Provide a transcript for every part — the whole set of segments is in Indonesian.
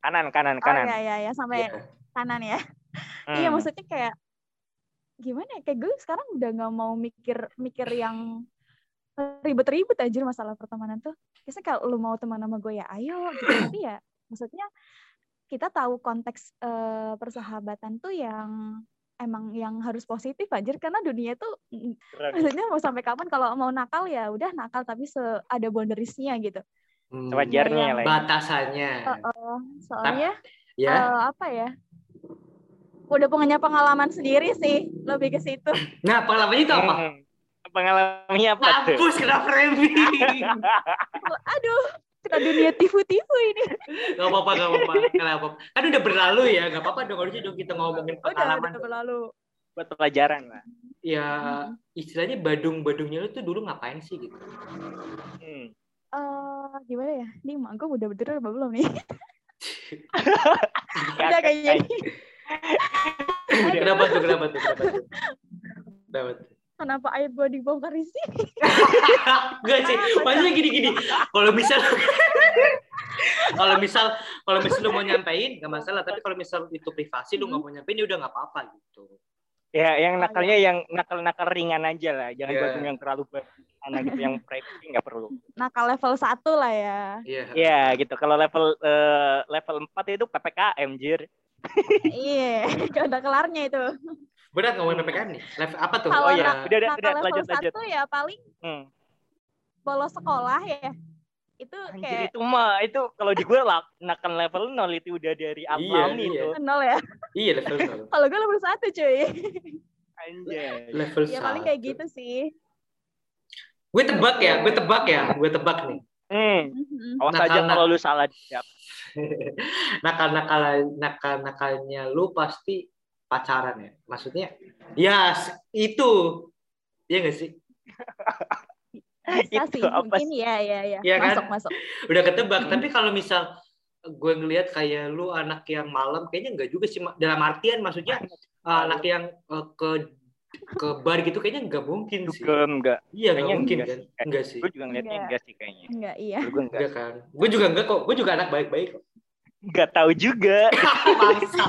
Kanan. Ya sampai kanan ya. Iya, maksudnya kayak gimana ya? Kayak gue sekarang udah nggak mau mikir yang ribet-ribet aja masalah pertemanan tuh. Biasanya kalau lu mau teman sama gue ya ayo gitu. Tapi ya maksudnya kita tahu konteks persahabatan tuh yang emang yang harus positif aja, karena dunia tuh maksudnya mau sampai kapan kalau mau nakal ya udah nakal, tapi ada boundariesnya gitu. Sewajarnya lah. Batasannya. Soalnya apa ya? Udah punya pengalaman sendiri sih, lebih ke situ. Nah, pengalamannya itu apa? Pengalamannya apa tuh? Mampus kena framing. Aduh, kena dunia tifu-tifu ini. Gak apa-apa. Kan udah berlalu ya, gak apa-apa dong. Harusnya dong kita ngomongin pengalaman. Udah berlalu. Buat pelajaran lah. Ya, istilahnya badung-badungnya lu tuh dulu ngapain sih gitu? Gimana ya? Ini mak gue udah bener apa belum nih? Udah kayaknya. Kenapa tuh? Kenapa aib gue dibongkar di sini? Enggak sih, maksudnya gini. Kalau misal lu mau nyampein nggak masalah, tapi kalau misal itu privasi lu nggak mau nyampein ya udah nggak apa-apa gitu. Ya, yang nakalnya yang nakal ringan aja lah, jangan buat yang terlalu anak gitu, yang privasi nggak perlu. Nakal level 1 lah ya. Iya, gitu. Kalau level 4 itu PPKM, jir. Iya, gak ada kelarnya itu. Berat ngomongin PPKM nih. Level apa tuh? Kalau udah level lanjut. 1 ya paling bolos sekolah ya. Itu Anjir, kayak itu kalau di gue nakal level 0 itu udah dari awal itu. 0 ya? Iya, level 0. Kalau gue level 1 cuy. Anjir. Level 1. Ya paling kayak gitu sih. Gue tebak nih. Awas aja kalau lu salah siap. Nakal-nakalnya lu pasti pacaran ya. Maksudnya ya itu. Iya enggak sih? Itu mungkin ya. Ya Masuk. Udah ketebak. Tapi kalau misal gue ngelihat kayak lu anak yang malam, kayaknya enggak juga sih. Dalam artian maksudnya anak yang ke bar gitu kayaknya enggak mungkin sih. Enggak. Iya, enggak mungkin kan? Enggak sih. Gue juga ngeliatnya enggak sih kayaknya. Enggak, iya. Enggak kan. Gue juga enggak kok. Gue juga anak baik-baik kok. Enggak tahu juga. Bangsa.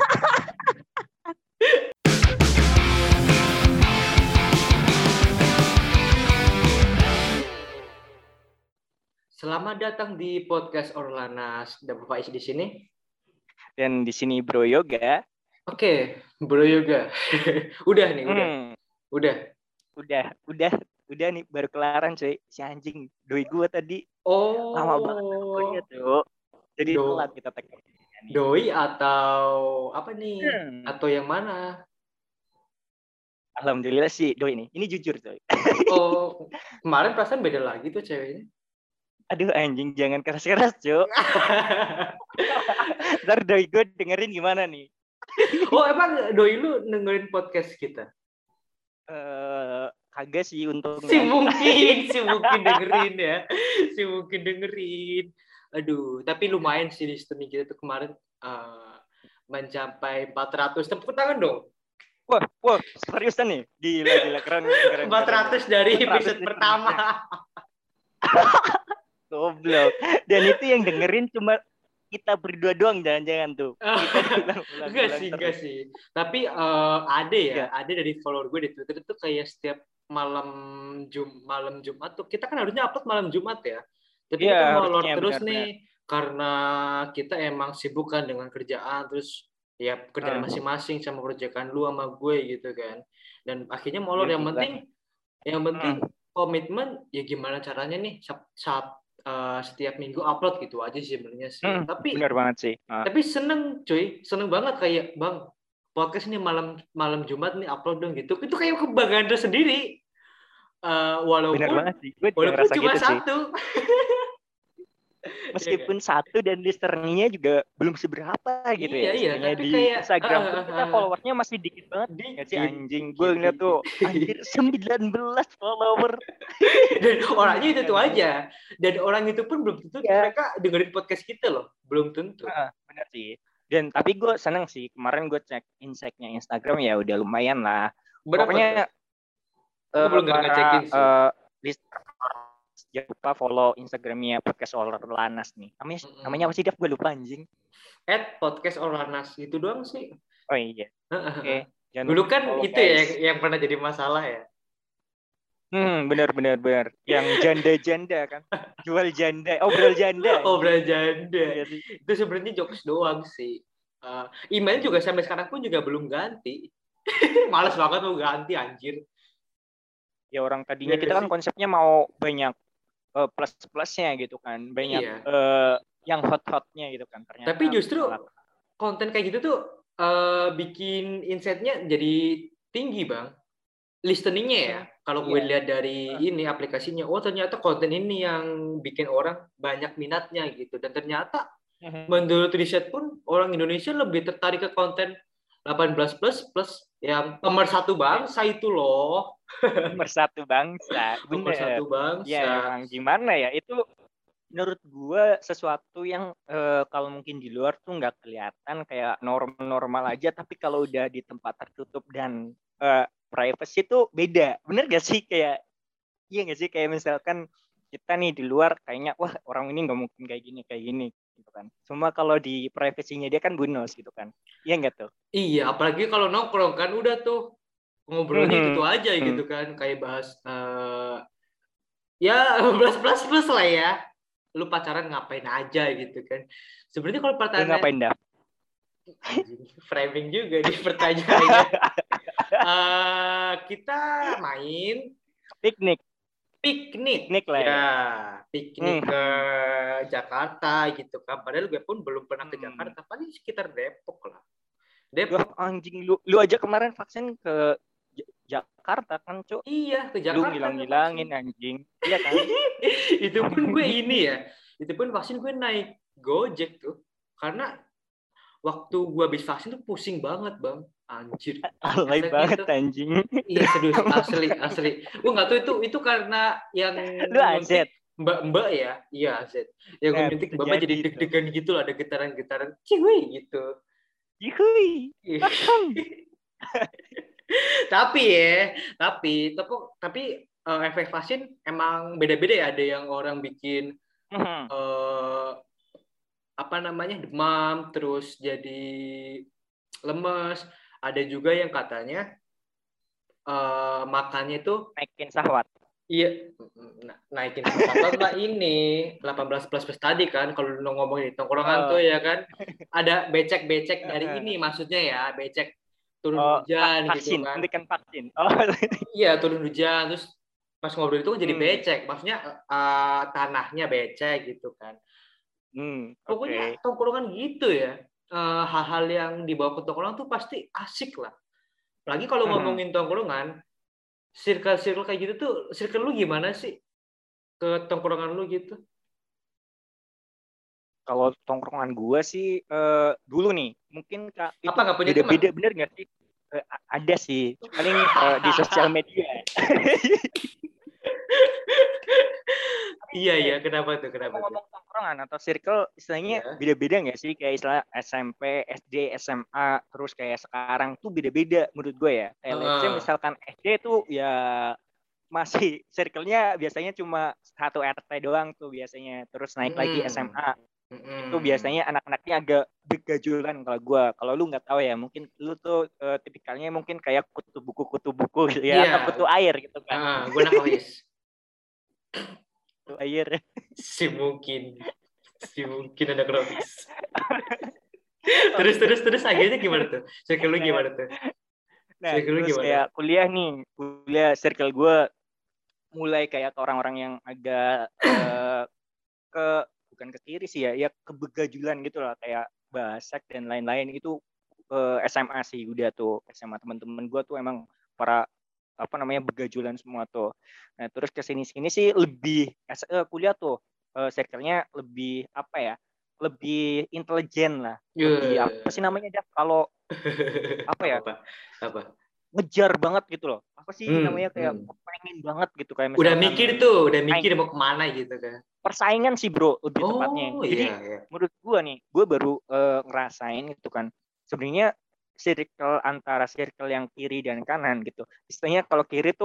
Selamat datang di podcast Orlanas. Dan Bapak Isi di sini. Dan di sini Bro Yoga. Oke, Bro Yoga. Udah nih. Udah nih baru kelaran cuy. Si anjing doi gue tadi. Lama banget tuh. Jadi telat kita tag. Doi atau apa nih? Atau yang mana? Alhamdulillah sih doi nih. Ini jujur coy. Kemarin perasaan beda lagi tuh ceweknya. Aduh anjing, jangan keras-keras cuy. Ntar doi gue dengerin gimana nih? Emang doi lu dengerin podcast kita? Kagak sih untungnya. Si mungkin dengerin ya. Si mungkin dengerin. Aduh, tapi lumayan sih listening kita tuh kemarin mencapai 400. Tepuk tangan dong. Wah, seriusan nih? Gila, keren. 400 dari episode pertama. Goblok. Dan itu yang dengerin cuma kita berdua doang, jangan-jangan tuh. Enggak sih. Tapi ada dari follower gue di Twitter itu kayak setiap malam Jumat tuh, kita kan harusnya upload malam Jumat ya. Tapi kita molor terus nih karena kita emang sibuk kan dengan kerjaan, terus ya kerjaan masing-masing sama kerjaan lu sama gue gitu kan. Dan akhirnya molor. Yang penting komitmen ya, gimana caranya nih setiap minggu upload gitu aja sih sebenarnya sih. Tapi benar banget sih. Tapi seneng banget kayak bang podcast nih malam Jumat nih upload dong gitu. Itu kayak kebanggaan tersendiri. Walaupun cuma gitu satu. Meskipun satu dan listenernya juga belum seberapa gitu ya. Iya, tapi di kayak Instagram kita followersnya masih dikit banget. Nggak sih anjing, gue ngeliat tuh anjir 19 follower. Dan orangnya itu aja. Dan orang itu pun belum tentu mereka dengerin podcast kita loh. Belum tentu. Benar sih. Dan tapi gue seneng sih, kemarin gue cek insight-nya Instagram ya udah lumayan lah. Berapa? Pokoknya belum ngecekin sih. jangan lupa follow Instagramnya Podcast Orlanas nih. Namanya apa sih, Dev? Gue lupa anjing. @podcast Orlanas itu doang sih. Oh iya. Oke. Dulu kan itu guys. Ya yang pernah jadi masalah ya. Benar. Yang janda kan. Jual janda, obrol janda. Obrol janda. Itu sebenarnya jokes doang sih. Email juga sampai sekarang pun juga belum ganti. Males banget mau ganti anjir. Ya orang tadinya kita kan konsepnya mau banyak plus-plusnya gitu kan. Banyak yang hot-hotnya gitu kan. Ternyata tapi justru konten kayak gitu tuh bikin insight-nya jadi tinggi, Bang. Listeningnya ya, kalau gue lihat dari ini aplikasinya, ternyata konten ini yang bikin orang banyak minatnya gitu. Dan ternyata menurut riset pun orang Indonesia lebih tertarik ke konten 18 plus yang pemersatu bangsa itu loh. Pemersatu bangsa, pemersatu bangsa. Ya emang gimana ya, itu menurut gue sesuatu yang kalau mungkin di luar tuh nggak kelihatan kayak normal aja, tapi kalau udah di tempat tertutup dan privacy itu beda, bener gak sih? Kayak iya gak sih, kayak misalkan kita nih di luar kayaknya wah orang ini nggak mungkin kayak gini gitu kan. Cuma kalau di privasinya dia kan bonus gitu kan, iya nggak tuh? Iya, apalagi kalau nongkrong kan udah tuh ngobrolnya gitu aja gitu kan, kayak bahas ya plus lah ya. Lu pacaran ngapain aja gitu kan. Sebenarnya kalau pertanyaan ngapain dah? Framing juga di pertanyaannya. Kita main piknik lah ya. Piknik ke Jakarta gitu kan. Padahal gue pun belum pernah ke Jakarta, paling sekitar Depok lah. Depok anjing, lu aja kemarin vaksin ke Jakarta kan, Cuk? Iya, ke Jakarta. Lu ngilang-ngilangin anjing. Iya kan? Itu pun gue ini ya. Itu pun vaksin gue naik Gojek tuh. Karena waktu gue habis vaksin tuh pusing banget, Bang. Anjir. Alay banget itu, anjing. Iya, serius, asli. Gue nggak tahu itu karena yang lu AZ. Mbak ya. Iya, AZ. Yang gue nyuntik Mbak jadi deg-degan gitu lah, ada getaran-getaran. Cihuy gitu. Cihuy. Tapi efek vaksin emang beda-beda ya. Ada yang orang bikin demam terus jadi lemes. Ada juga yang katanya makannya itu naikin syahwat. Iya, naikin syahwat lah ini 18 plus tadi kan. Kalau lu ngomongin tongkrongan tuh ya kan ada becek-becek dari ini maksudnya ya, becek turun hujan vaksin, gitu kan. Suntikan vaksin. Iya, turun hujan terus pas ngobrol itu jadi becek, maksudnya tanahnya becek gitu kan. Pokoknya tongkrongan gitu ya. Hal-hal yang dibawa ke tongkrongan tuh pasti asik lah. Lagi kalau ngomongin tongkrongan, circle kayak gitu tuh, circle lu gimana sih ke tongkrongan lu gitu? Kalau tongkrongan gue sih dulu nih, mungkin itu nggak punya beda-beda, bener nggak sih? Ada sih, paling di sosial media. Iya, kenapa tuh? Ngomong tongkrongan atau circle, istilahnya beda-beda nggak sih? Kayak istilah SMP, SD, SMA, terus kayak sekarang tuh beda-beda menurut gue ya. Kayak let's say misalkan SD tuh ya masih circle-nya biasanya cuma satu RT doang tuh biasanya. Terus naik lagi SMA. Itu biasanya anak-anaknya agak begajulan kalau gue. Kalau lu nggak tahu ya, mungkin lu tuh tipikalnya mungkin kayak kutu buku gitu ya, atau kutu air gitu kan. Gue nakawis. Kutu air. Si mungkin ada grafis. terus akhirnya gimana tuh? Circle lu gimana tuh? Nah, terus kayak kuliah circle gue mulai kayak ke orang-orang yang agak bukan ke kiri sih ya ke begajulan gitu lah, kayak Basak dan lain-lain. Itu SMA sih udah tuh, SMA teman-teman gue tuh emang para begajulan semua tuh. Nah terus kesini sih lebih kuliah tuh circle-nya lebih lebih intelijen lah. Lebih apa sih namanya dia kalau apa ngejar banget gitu loh, apa sih namanya, kayak pengen banget gitu, kayak misalkan, udah mikir mau kemana gitu kan, persaingan sih bro lebih tepatnya. Jadi menurut gue nih, gue baru ngerasain gitu kan, sebenarnya circle antara circle yang kiri dan kanan gitu. Istilahnya kalau kiri tuh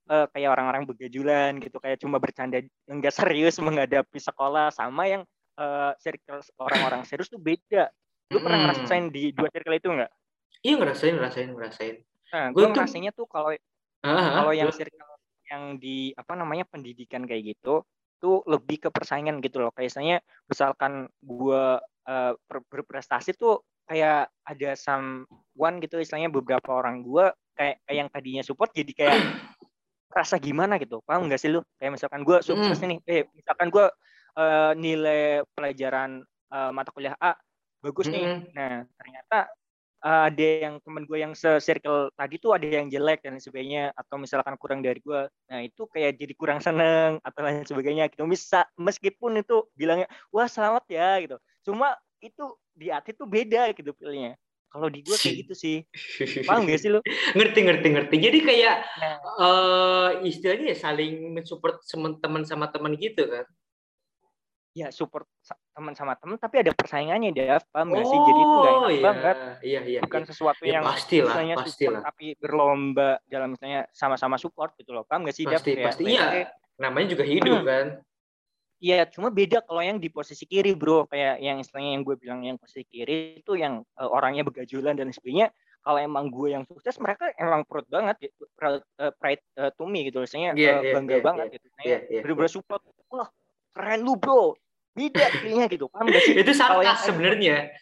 kayak orang-orang begajulan gitu, kayak cuma bercanda enggak serius menghadapi sekolah, sama yang circle orang-orang serius tuh beda. Lu pernah ngerasain di 2 circle itu enggak? Iya, ngerasain. Nah, Gue gue tuh ngerasainnya tuh kalau yang circle yang di pendidikan kayak gitu tuh lebih ke persaingan gitu loh. Kayak misalkan gue berprestasi tuh kayak ada someone gitu, istilahnya beberapa orang gue kayak yang tadinya support jadi kayak rasa gimana gitu. Paham nggak sih lu? Kayak misalkan gue sukses nih, misalkan gue nilai pelajaran mata kuliah A bagus nih. Nah, ternyata ada yang temen gue yang se-circle tadi tuh ada yang jelek dan sebagainya, atau misalkan kurang dari gue. Nah, itu kayak jadi kurang seneng atau lain sebagainya gitu. Meskipun itu bilangnya, wah selamat ya gitu. Cuma itu di hati tuh beda gitu feelnya. Kalau di gue kayak gitu sih. Paham gak sih lu? Ngerti. Jadi kayak istilahnya ya saling mensupport teman sama teman gitu kan? Ya support teman sama teman, tapi ada persaingannya dia, paham nggak sih? Jadi itu nggak enak banget. Iya. Bukan sesuatu yang pastilah. support tapi berlomba dalam misalnya sama-sama support gitu loh, paham nggak sih? Pasti. Iya. Namanya juga hidup kan. Iya, cuma beda kalau yang di posisi kiri, bro. Kayak yang istilahnya yang gue bilang yang posisi kiri itu yang orangnya begajulan dan sebagainya. Kalau emang gue yang sukses, mereka emang proud banget, gitu. Pride to me gitu. Misalnya bangga banget gitu. Bener-bener support. Wah, keren lu, bro. Beda feelnya gitu. Paham gak sih? Itu sarkas sebenarnya.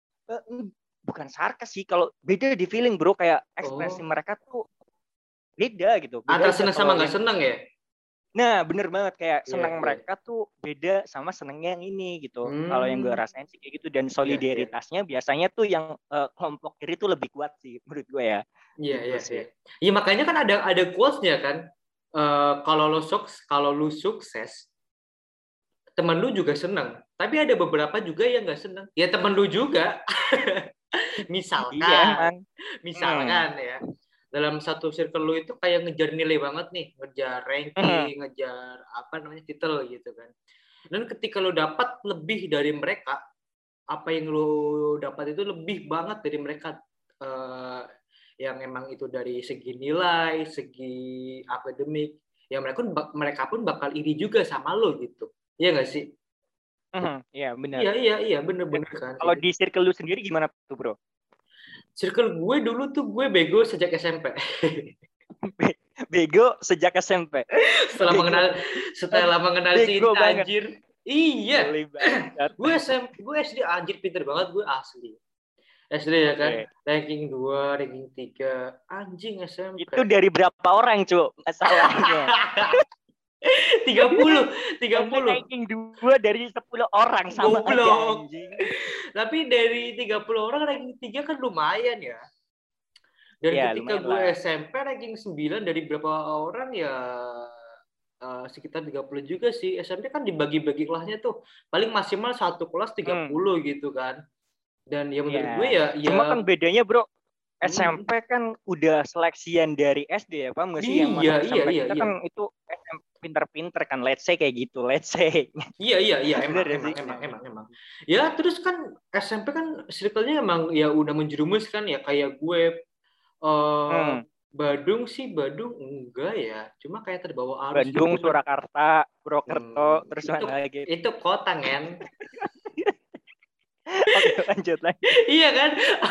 Bukan sarkas sih. Kalau beda di feeling, bro. Kayak ekspresi mereka tuh beda gitu. Antara seneng sama nggak seneng ya? Nah, bener banget. Kayak senang mereka tuh beda sama senengnya yang ini gitu. Kalau yang gue rasain sih kayak gitu. Dan solidaritasnya biasanya tuh yang kelompok kiri tuh lebih kuat sih menurut gue ya. Iya. Iya, makanya kan ada quotes-nya kan. Kalau lu sukses, teman lu juga senang. Tapi ada beberapa juga yang nggak senang. Ya teman lu juga. Misalkan ya. Dalam satu circle lu itu kayak ngejar nilai banget nih. Ngejar ranking, ngejar titel gitu kan. Dan ketika lu dapat lebih dari mereka, apa yang lu dapat itu lebih banget dari mereka. Yang emang itu dari segi nilai, segi akademik. Ya mereka pun bakal iri juga sama lo gitu. Iya nggak sih? Iya benar. Iya benar kan. Kalau di circle lu sendiri gimana tuh, bro? Circle gue dulu tuh gue bego sejak SMP. Bego sejak SMP. Setelah mengenal cinta anjir. Iya. Gue SD anjir pinter banget gue asli. SD ya kan, ranking 2, ranking 3, anjing SMP. Itu dari berapa orang, Cuk? Masalahnya. 30. Ranking 2 dari 10 orang sama aja anjing. Tapi dari 30 orang ranking 3 kan lumayan ya. Dan ketika gue SMP ranking 9 dari berapa orang ya sekitar 30 juga sih. SMP kan dibagi-bagi kelasnya tuh. Paling maksimal satu kelas 30 gitu kan. Dan ya menurut gue ya cuma kan bedanya, bro, SMP kan udah seleksian dari SD ya, paham nggak sih? Yang mana SMP kita kan itu SMP pinter-pinter kan, let's say kayak gitu, let's say. Iya, emang. Ya terus kan SMP kan circle-nya emang ya udah menjerumus kan ya, kayak gue Badung enggak ya, cuma kayak terbawa arus. Bandung, gitu. Surakarta, Purwokerto, terus mana lagi? Itu kota kan. Oke, lanjut. Iya kan?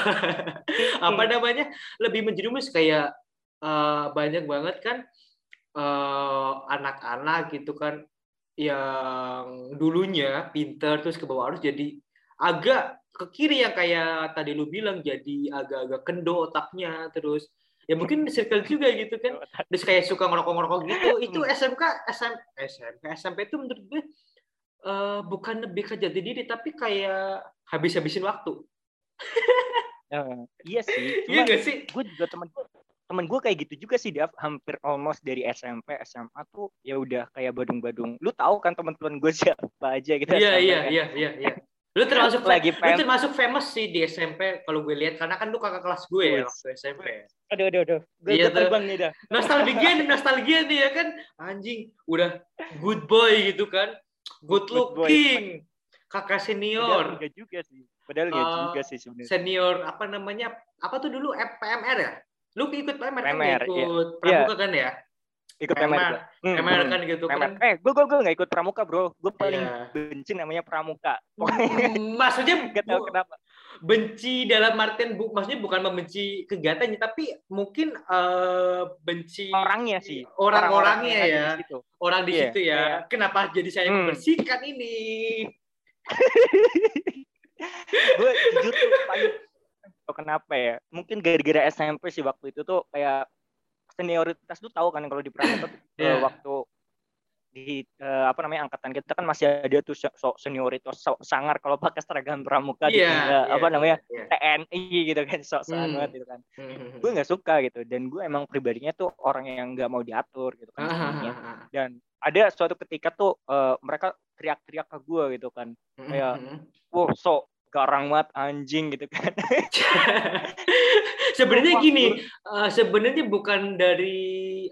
Lebih menjerumus kayak banyak banget kan anak-anak gitu kan yang dulunya pinter terus ke bawah arus jadi agak ke kiri, yang kayak tadi lu bilang jadi agak-agak kendo otaknya, terus ya mungkin circle juga gitu kan, terus kayak suka ngerokok gitu. Itu SMP itu menurut gue bukan lebih ke jati diri, tapi kayak habis-habisin waktu. Iya sih. Iya nggak sih? Gue juga temen gue kayak gitu juga sih, Dav. Hampir almost dari SMP, SMA tuh ya udah kayak badung-badung. Lu tahu kan teman-teman gue siapa aja gitu. Iya. Lu termasuk famous sih di SMP kalau gue lihat, karena kan lu kakak kelas gue ya waktu SMP. Aduh. Gue terbang nih dah. Nostalgia nih ya kan. Anjing, udah good boy gitu kan. Good looking. Kakak senior. Enggak juga sih. Padahal enggak juga sih sebenarnya. Senior apa tuh dulu PMR ya? Lu ikut PMR kan? PMR, ikut pramuka kan ya? Ikut PMR. PMR kan gitu kan. Gue nggak ikut pramuka bro. Gue paling benci namanya pramuka. Maksudnya nggak tahu kenapa. Benci dalam artian maksudnya bukan membenci kegiatannya, tapi mungkin benci orangnya sih. Orang-orangnya ya. Orang di Iya, situ ya. kayak, kenapa jadi saya membersihkan ini? Gue jujur tuh paling kenapa ya? Mungkin gara-gara SMP sih waktu itu tuh kayak senioritas tuh tahu kan kalau di pramuka tuh waktu di angkatan kita kan masih ada tuh senioritas sangar kalau pakai seragam pramuka TNI gitu kan, sok-sokan banget gitu kan. Gue nggak suka gitu, dan gue emang pribadinya tuh orang yang nggak mau diatur gitu kan sebenarnya. Dan ada suatu ketika tuh mereka teriak-teriak ke gue gitu kan, kayak wow sok garang banget anjing gitu kan. Sebenarnya gini, sebenarnya bukan dari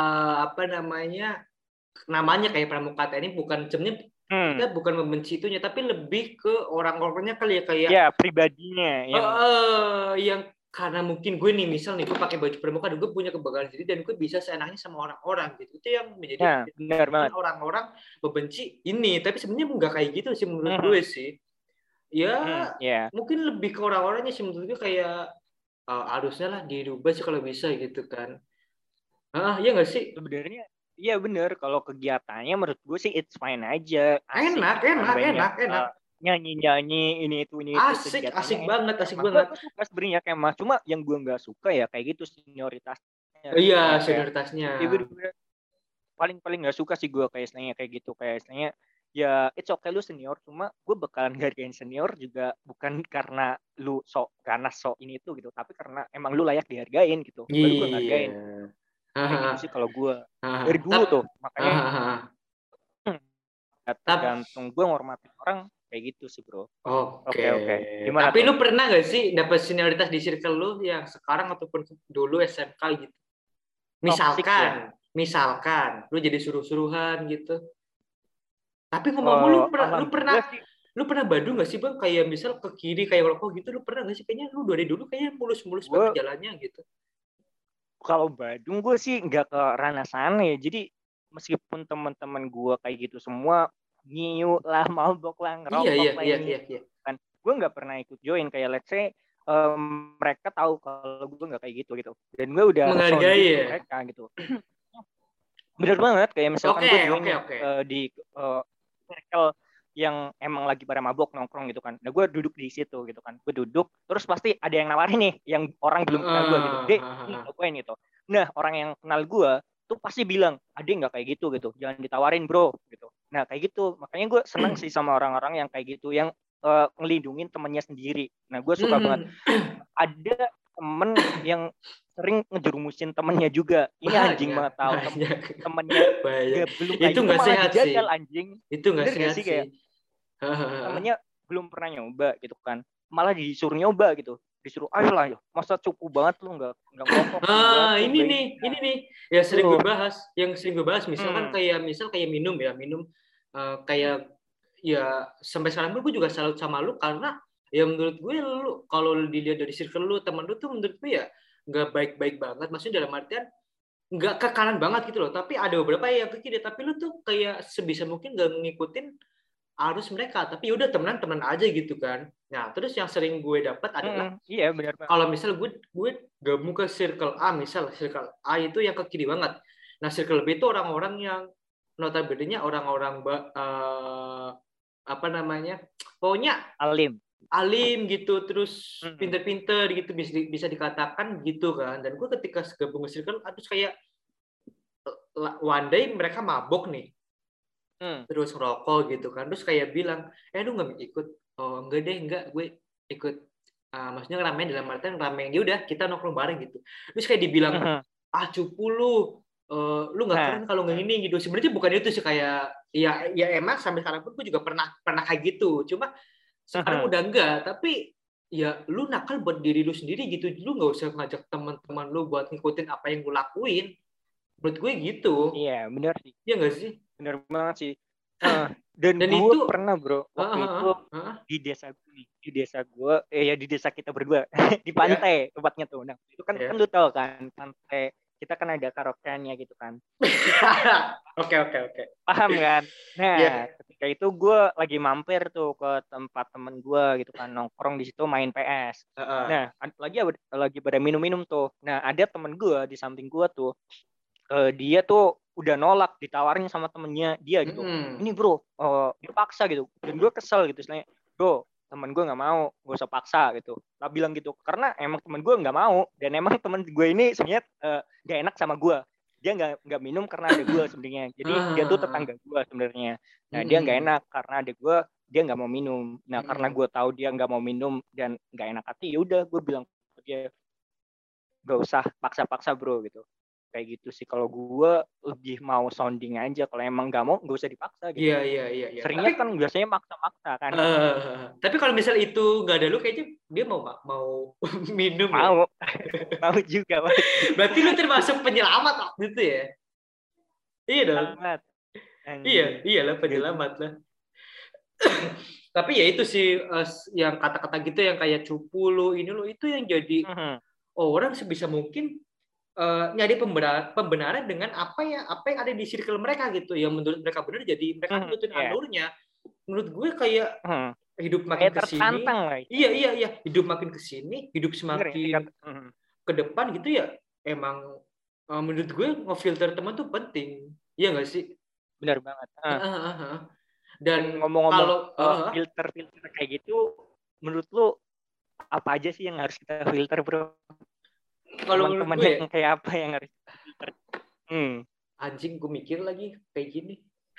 namanya kayak pramuka TNI, bukan sebenarnya kita bukan membenci itunya, tapi lebih ke orang-orangnya kali ya, kayak pribadinya yang karena mungkin gue nih misal nih gue pakai baju pramuka dan gue punya kebanggaan diri dan gue bisa seenaknya sama orang-orang gitu, itu yang menjadi orang-orang membenci ini. Tapi sebenarnya nggak kayak gitu sih menurut gue sih. Mungkin lebih ke orang-orangnya sih menurut gue, kayak harusnya lah dirubah sih kalau bisa gitu kan. Iya nggak sih? Sebenarnya iya bener, kalau kegiatannya menurut gue sih it's fine aja. Asik, enak. Nyanyi-nyanyi ini itu asik banget. Gue suka sebenarnya kemah, cuma yang gue nggak suka ya kayak gitu senioritasnya. Iya, senioritasnya. Paling nggak suka sih gue kayak istilahnya kayak gitu, kayak istilahnya ya it's okay lu senior, cuma gue bakalan hargain senior juga bukan karena lu ganas ini itu gitu, tapi karena emang lu layak dihargain gitu. Baru gue ngargain. Kayak gitu sih kalau gue dari dulu tuh, makanya tergantung gue ngormatin orang kayak gitu sih bro. Oke. Gimana tapi tuh? Lu pernah gak sih dapat senioritas di circle lu yang sekarang ataupun dulu SMK gitu? Misalkan lu jadi suruh-suruhan gitu. Tapi ngomong lu pernah badu gak sih bang? Kayak misal ke kiri kayak rokok gitu, lu pernah gak sih? Kayaknya lu dari dulu kayaknya mulus-mulus banget jalannya gitu. Kalau Badung gue sih nggak ke ranah sana ya. Jadi meskipun teman-teman gue kayak gitu semua nyiu lah, mabok lah, ngerokok kan gue nggak pernah ikut join. Kayak let's say mereka tahu kalau gue nggak kayak gitu. Dan gue udah menghargai mereka gitu. Bener banget, kayak misalkan gue join di circle yang emang lagi pada mabok nongkrong gitu kan. Nah gue duduk di situ gitu kan. Gue duduk, terus pasti ada yang nawarin nih, yang orang belum kenal gue gitu. Dek, ini ngapain gitu. Nah orang yang kenal gue tuh pasti bilang, adek nggak kayak gitu gitu. Jangan ditawarin bro gitu. Nah kayak gitu. Makanya gue seneng sih sama orang-orang yang kayak gitu, yang ngelindungin temennya sendiri. Nah gue suka banget. Ada temen yang sering ngejerumusin temennya juga. Ini anjing banget tahu temennya belum itu nggak sehat sih. Anjing. Itu nggak sehat sih. Kayak temennya belum pernah nyoba gitu kan, malah disuruh nyoba gitu, disuruh ayolah yo, masa cukup banget lu nggak ngokok. Ini nih ya sering gue bahas, misalkan kayak minum kayak ya sampai sekarang gue juga salut sama lu, karena ya menurut gue lu kalau dilihat dari circle lu, teman lu tuh menurut gue ya nggak baik-baik banget, maksudnya dalam artian nggak ke kanan banget gitu loh, tapi ada beberapa yang ke kiri, tapi lu tuh kayak sebisa mungkin nggak ngikutin arus mereka, tapi udah temenan aja gitu kan. Nah terus yang sering gue dapat adalah benar. Kalau misal gue gabung ke circle A, misal circle A itu yang ke kiri banget. Nah circle B itu orang-orang yang notabene-nya orang-orang pokoknya alim gitu, terus pinter-pinter gitu, bisa dikatakan gitu kan. Dan gue ketika gabung ke circle A terus kayak one day mereka mabok nih. Terus rokok gitu kan, terus kayak bilang, lu nggak ikut? Oh enggak, gue ikut. Maksudnya ramein dalam artian ramein, ya udah kita nongkrong bareng gitu. Terus kayak dibilang, cupu lu nggak keren kalau nggak ini gitu. Sebenarnya bukan itu sih, kayak ya emang sampai sekarang pun gue juga pernah kayak gitu. Cuma sekarang udah enggak, tapi ya lu nakal buat diri lu sendiri gitu. Lu nggak usah ngajak teman-teman lu buat ngikutin apa yang lu lakuin. Menurut gue gitu. Iya benar sih. Iya nggak sih? Bener banget sih. Dan gue itu pernah bro waktu itu di desa gue, di desa kita berdua di pantai tempatnya tuh. Nah itu kan lu tahu kan pantai kita kan ada karaokeannya gitu kan. Oke. Paham kan? Nah, Yeah. ketika itu gue lagi mampir tuh ke tempat temen gue gitu kan, nongkrong di situ main PS. Nah, lagi pada minum-minum tuh. Nah, ada temen gue di samping gue tuh, dia tuh udah nolak, ditawarin sama temennya dia gitu. Ini bro, dia paksa gitu. Dan gue kesel gitu, istilahnya, bro, temen gue nggak mau, gak usah paksa gitu. Lah bilang gitu, karena emang temen gue nggak mau, dan emang temen gue ini sebenarnya gak enak sama gue. Dia nggak minum karena ada gue sebenarnya. Jadi dia tuh tetangga gue sebenarnya. Nah dia nggak enak karena ada gue, dia nggak mau minum. Nah karena gue tahu dia nggak mau minum dan nggak enak hati, ya udah gue bilang ke dia, gak usah paksa-paksa bro gitu. Kayak gitu sih. Kalau gue lebih mau sounding aja. Kalau emang gak mau, gak usah dipaksa gitu. Iya. Seringnya kan biasanya maksa-maksa kan. Tapi kalau misal itu nggak ada lu, kayaknya dia mau minum mau. ya? Mau juga. Berarti lu termasuk penyelamat waktu itu ya? Iya dong. Iyalah penyelamat lah. Tapi ya itu sih yang kata-kata gitu yang kayak cupu lu, ini lu, itu yang jadi orang sebisa mungkin nyari pembenaran dengan apa yang ada di circle mereka gitu, yang menurut mereka benar, jadi mereka nurutin alurnya. Menurut gue kayak hidup makin kesini, iya, hidup makin kesini, hidup semakin ke depan gitu ya, emang menurut gue ngefilter teman tuh penting, iya nggak sih? Benar banget. Dan ngomong-ngomong filter kayak gitu, menurut lu apa aja sih yang harus kita filter bro? Kalau teman-teman gue yang kayak apa yang harus kita filter? Anjing, gue mikir lagi kayak gini.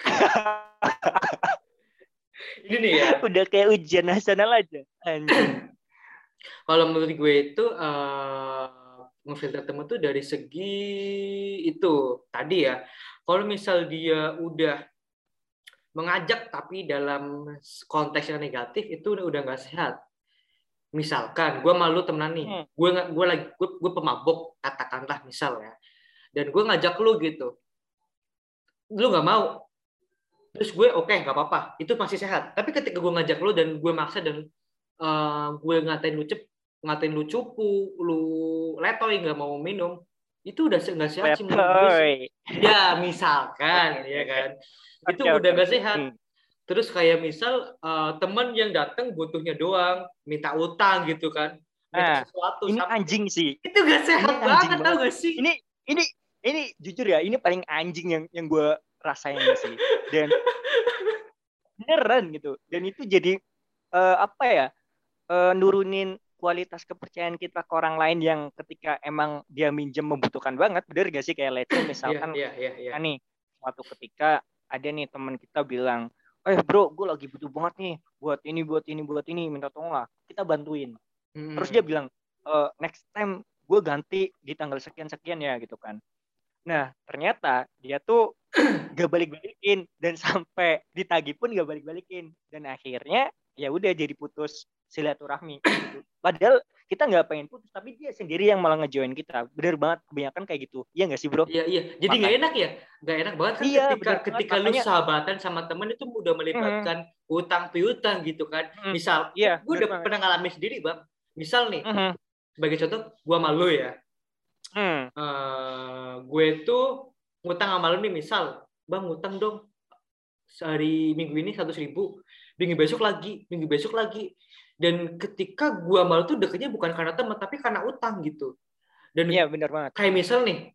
Ini nih ya. Udah kayak ujian nasional aja. Anjing. Kalau menurut gue itu ngefilter teman tuh dari segi itu tadi ya. Kalau misal dia udah mengajak tapi dalam konteks yang negatif, itu udah nggak sehat. Misalkan gue malu temenan nih, gue pemabok katakanlah misal ya, dan gue ngajak lu gitu, lu nggak mau, terus gue oke, nggak apa-apa, itu masih sehat. Tapi ketika gue ngajak lu dan gue maksa dan gue ngatain lu cupu, lu letoy, nggak mau minum, itu udah nggak sehat sih menurut gue sih. Ya misalkan, ya kan, itu udah nggak sehat. Terus kayak misal teman yang datang butuhnya doang, minta utang gitu kan, minta sesuatu. Ini anjing sih. Itu nggak sehat banget, tau gak sih? Ini jujur ya, ini paling anjing yang gue rasain sih. Dan beneran gitu. Dan itu jadi nurunin kualitas kepercayaan kita ke orang lain yang ketika emang dia minjem membutuhkan banget. Bener gak sih, kayak let's say misalkan nih suatu ketika ada nih teman kita bilang, bro, gue lagi butuh banget nih buat ini, minta tolong lah, kita bantuin. Terus dia bilang, next time gue ganti di tanggal sekian ya gitu kan. Nah ternyata dia tuh gak balik-balikin, dan sampai ditagih pun gak balik-balikin, dan akhirnya ya udah jadi putus silaturahmi gitu. Padahal kita nggak pengen putus, tapi dia sendiri yang malah ngejoin kita. Bener banget, kebanyakan kayak gitu. Iya nggak sih bro? Iya. Jadi nggak enak ya? Nggak enak banget kan ketika lu sahabatan sama temen itu udah melibatkan utang piutang gitu kan. Misal, gue udah pernah ngalamin sendiri bang. Misal nih, sebagai contoh, gue malu ya. Gue tuh ngutang sama lu nih, misal, bang ngutang dong hari minggu ini 100.000, minggu besok lagi. Dan ketika gue malu tuh deketnya bukan karena teman, tapi karena utang gitu. Dan iya benar banget. Kayak misal nih,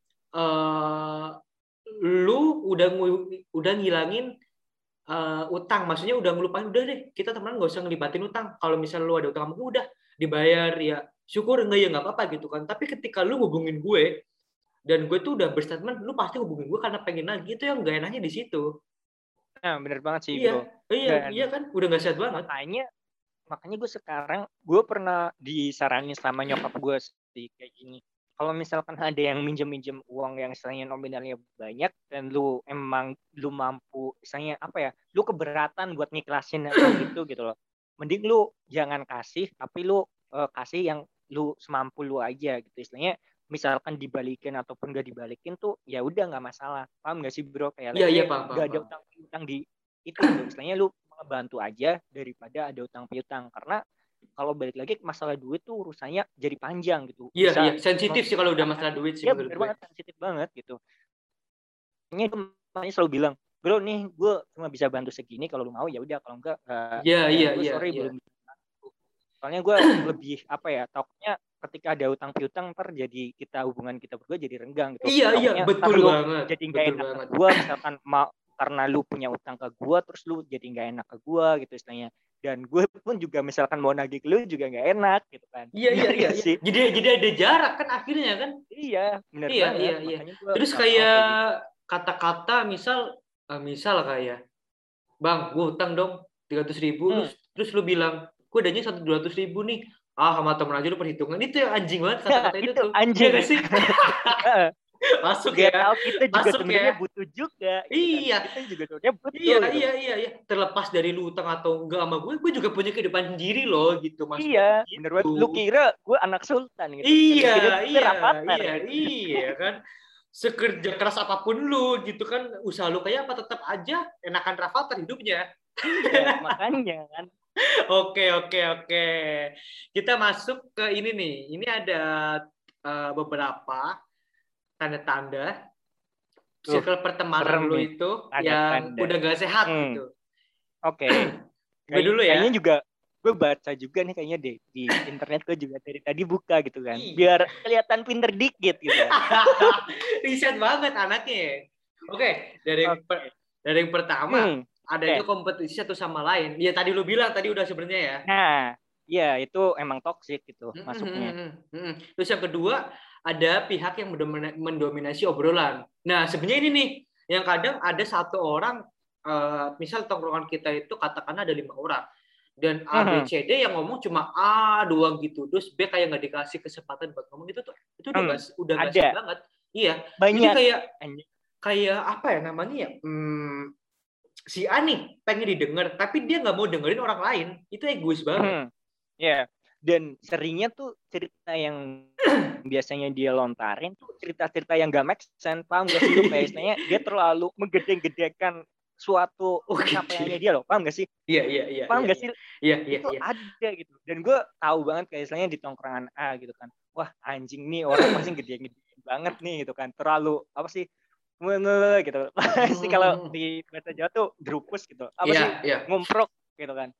lu udah ngilangin utang, maksudnya udah ngelupain, udah deh kita temenan nggak usah ngelibatin utang. Kalau misal lu ada utang sama gue, udah dibayar ya syukur, enggak ya nggak apa-apa gitu kan. Tapi ketika lu hubungin gue dan gue tuh udah berstatement, lu pasti hubungin gue karena pengen lagi, itu yang gak enaknya di situ. Nah bener banget sih bro. Iya kan, udah nggak sehat banget. Makanya gue sekarang, gue pernah disaranin sama nyokap gue sih kayak gini. Kalau misalkan ada yang minjem uang yang istilahnya nominalnya banyak, dan lu mampu istilahnya lu keberatan buat ngiklasin gitu loh. Mending lu jangan kasih, tapi lu kasih yang lu semampu lu aja gitu. Istilahnya misalkan dibalikin ataupun gak dibalikin tuh ya udah nggak masalah. Paham nggak sih bro? Kayak paham. Gak ada utang di itu gitu. Istilahnya lu bantu aja daripada ada utang piutang, karena kalau balik lagi masalah duit tuh urusannya jadi panjang gitu. Iya, sensitif sih kalau udah masalah duit sih. Iya bener banget, sensitif banget gitu. Ini makanya selalu bilang, bro nih gue cuma bisa bantu segini, kalau lu mau ya udah, kalau enggak iya. Sorry belum bisa bantu. Soalnya gue lebih takutnya ketika ada utang piutang ntar jadi hubungan kita berdua jadi renggang gitu. Iya, betul banget. Jadi nggak enak ke gue, misalkan karena lu punya utang ke gue terus lu jadi nggak enak ke gue gitu istilahnya. Dan gue pun juga misalkan mau nagih ke lu juga nggak enak gitu kan. Iya. Jadi ada jarak kan akhirnya kan. Iya benar banget. Iya. Terus kayak kata-kata misal kayak, bang gue utang dong 300.000, terus lu bilang gue adanya 200.000 nih, sama temen aja lu perhitungan, itu yang anjing banget kata-kata itu tuh. Anjing ya, sih? Masuk ya. Tahu kita juga sebenarnya butuh juga. Iya. Kita juga sebenarnya butuh. Iya. Terlepas dari lu utang atau enggak sama gue juga punya kehidupan sendiri loh gitu mas. Iya. Gitu. Bener banget. Lu kira gue anak sultan gitu. Iya kan. Sekerja keras apapun lu gitu kan, usaha lu kayak apa tetap aja enakan Rafathar hidupnya. Iya, makanya kan. Oke. Kita masuk ke ini nih. Ini ada beberapa tanda-tanda circle pertemanan lu itu yang udah gak sehat gitu. Oke. Gue dulu ya. Kayaknya juga gue baca juga nih kayaknya deh di internet, gue juga dari tadi buka gitu kan, biar kelihatan pinter dikit gitu. Riset banget anaknya. Oke, dari yang pertama adanya kompetisi satu sama lain. Ya tadi lu bilang tadi udah sebenarnya ya. Nah, ya itu emang toksik gitu masuknya. Terus yang kedua ada pihak yang mendominasi obrolan. Nah sebenarnya ini nih yang kadang ada satu orang, misal tongkrongan kita itu katakanlah ada 5 orang. Dan A, B, C, D yang ngomong cuma A doang gitu. Terus B kayak nggak dikasih kesempatan buat ngomong itu udah nggak sih banget. Iya. Banyak. Jadi kayak apa ya namanya ya? Si A nih pengen didengar, tapi dia nggak mau dengerin orang lain. Itu egois banget. Iya. Dan seringnya tuh cerita yang biasanya dia lontarin tuh cerita-cerita yang gak make sense. Paham gak sih lu? Biasanya dia terlalu menggede-gedekan suatu pencapaiannya dia loh, paham gak sih? Iya. Paham gak sih? Iya. Ada gitu. Dan gue tahu banget kayak istilahnya di tongkrongan A gitu kan. Wah anjing nih orang pasti gede-gede banget nih gitu kan. Terlalu apa sih? Gitu. Pasti kalau di bahasa Jawa tuh grupus gitu. Apa sih? Ngumprok gitu kan.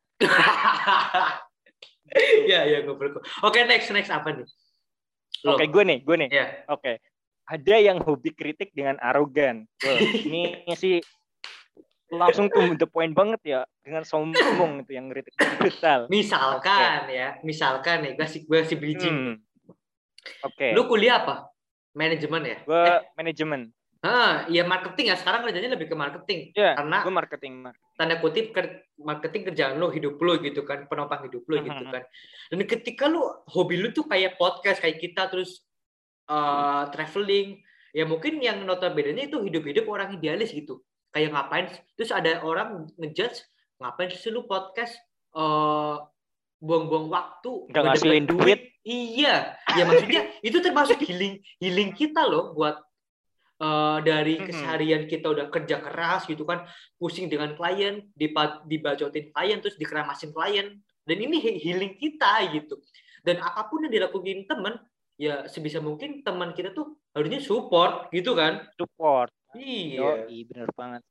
Iya, ngobrol. Oke, next apa nih? Oke, gue nih. Yeah. Oke. Ada yang hobi kritik dengan arogan. Ini sih langsung tuh the point banget ya, dengan sombong itu yang kritik brutal. Misalkan nih gue kasih bridging. Oke. Lu kuliah apa? Manajemen ya? Gue manajemen. Ya marketing ya, sekarang kerjanya lebih ke marketing. Karena gue marketing. Tanda kutip marketing kerjaan lo, hidup lo gitu kan, penopang hidup lo gitu kan. Dan ketika lo hobi lo tuh kayak podcast kayak kita, terus traveling, ya mungkin yang notabene itu hidup orang idealis gitu. Kayak ngapain, terus ada orang ngejudge, ngapain sih lu podcast buang-buang waktu, nggak ngasilin duit. Iya, ya maksudnya itu termasuk healing kita loh, buat dari keseharian kita udah kerja keras gitu kan, pusing dengan klien, dibacotin klien, terus dikeramasin klien, dan ini healing kita gitu. Dan apapun yang dilakuin teman, ya sebisa mungkin teman kita tuh harusnya support gitu kan. Support. Iya. Bener banget.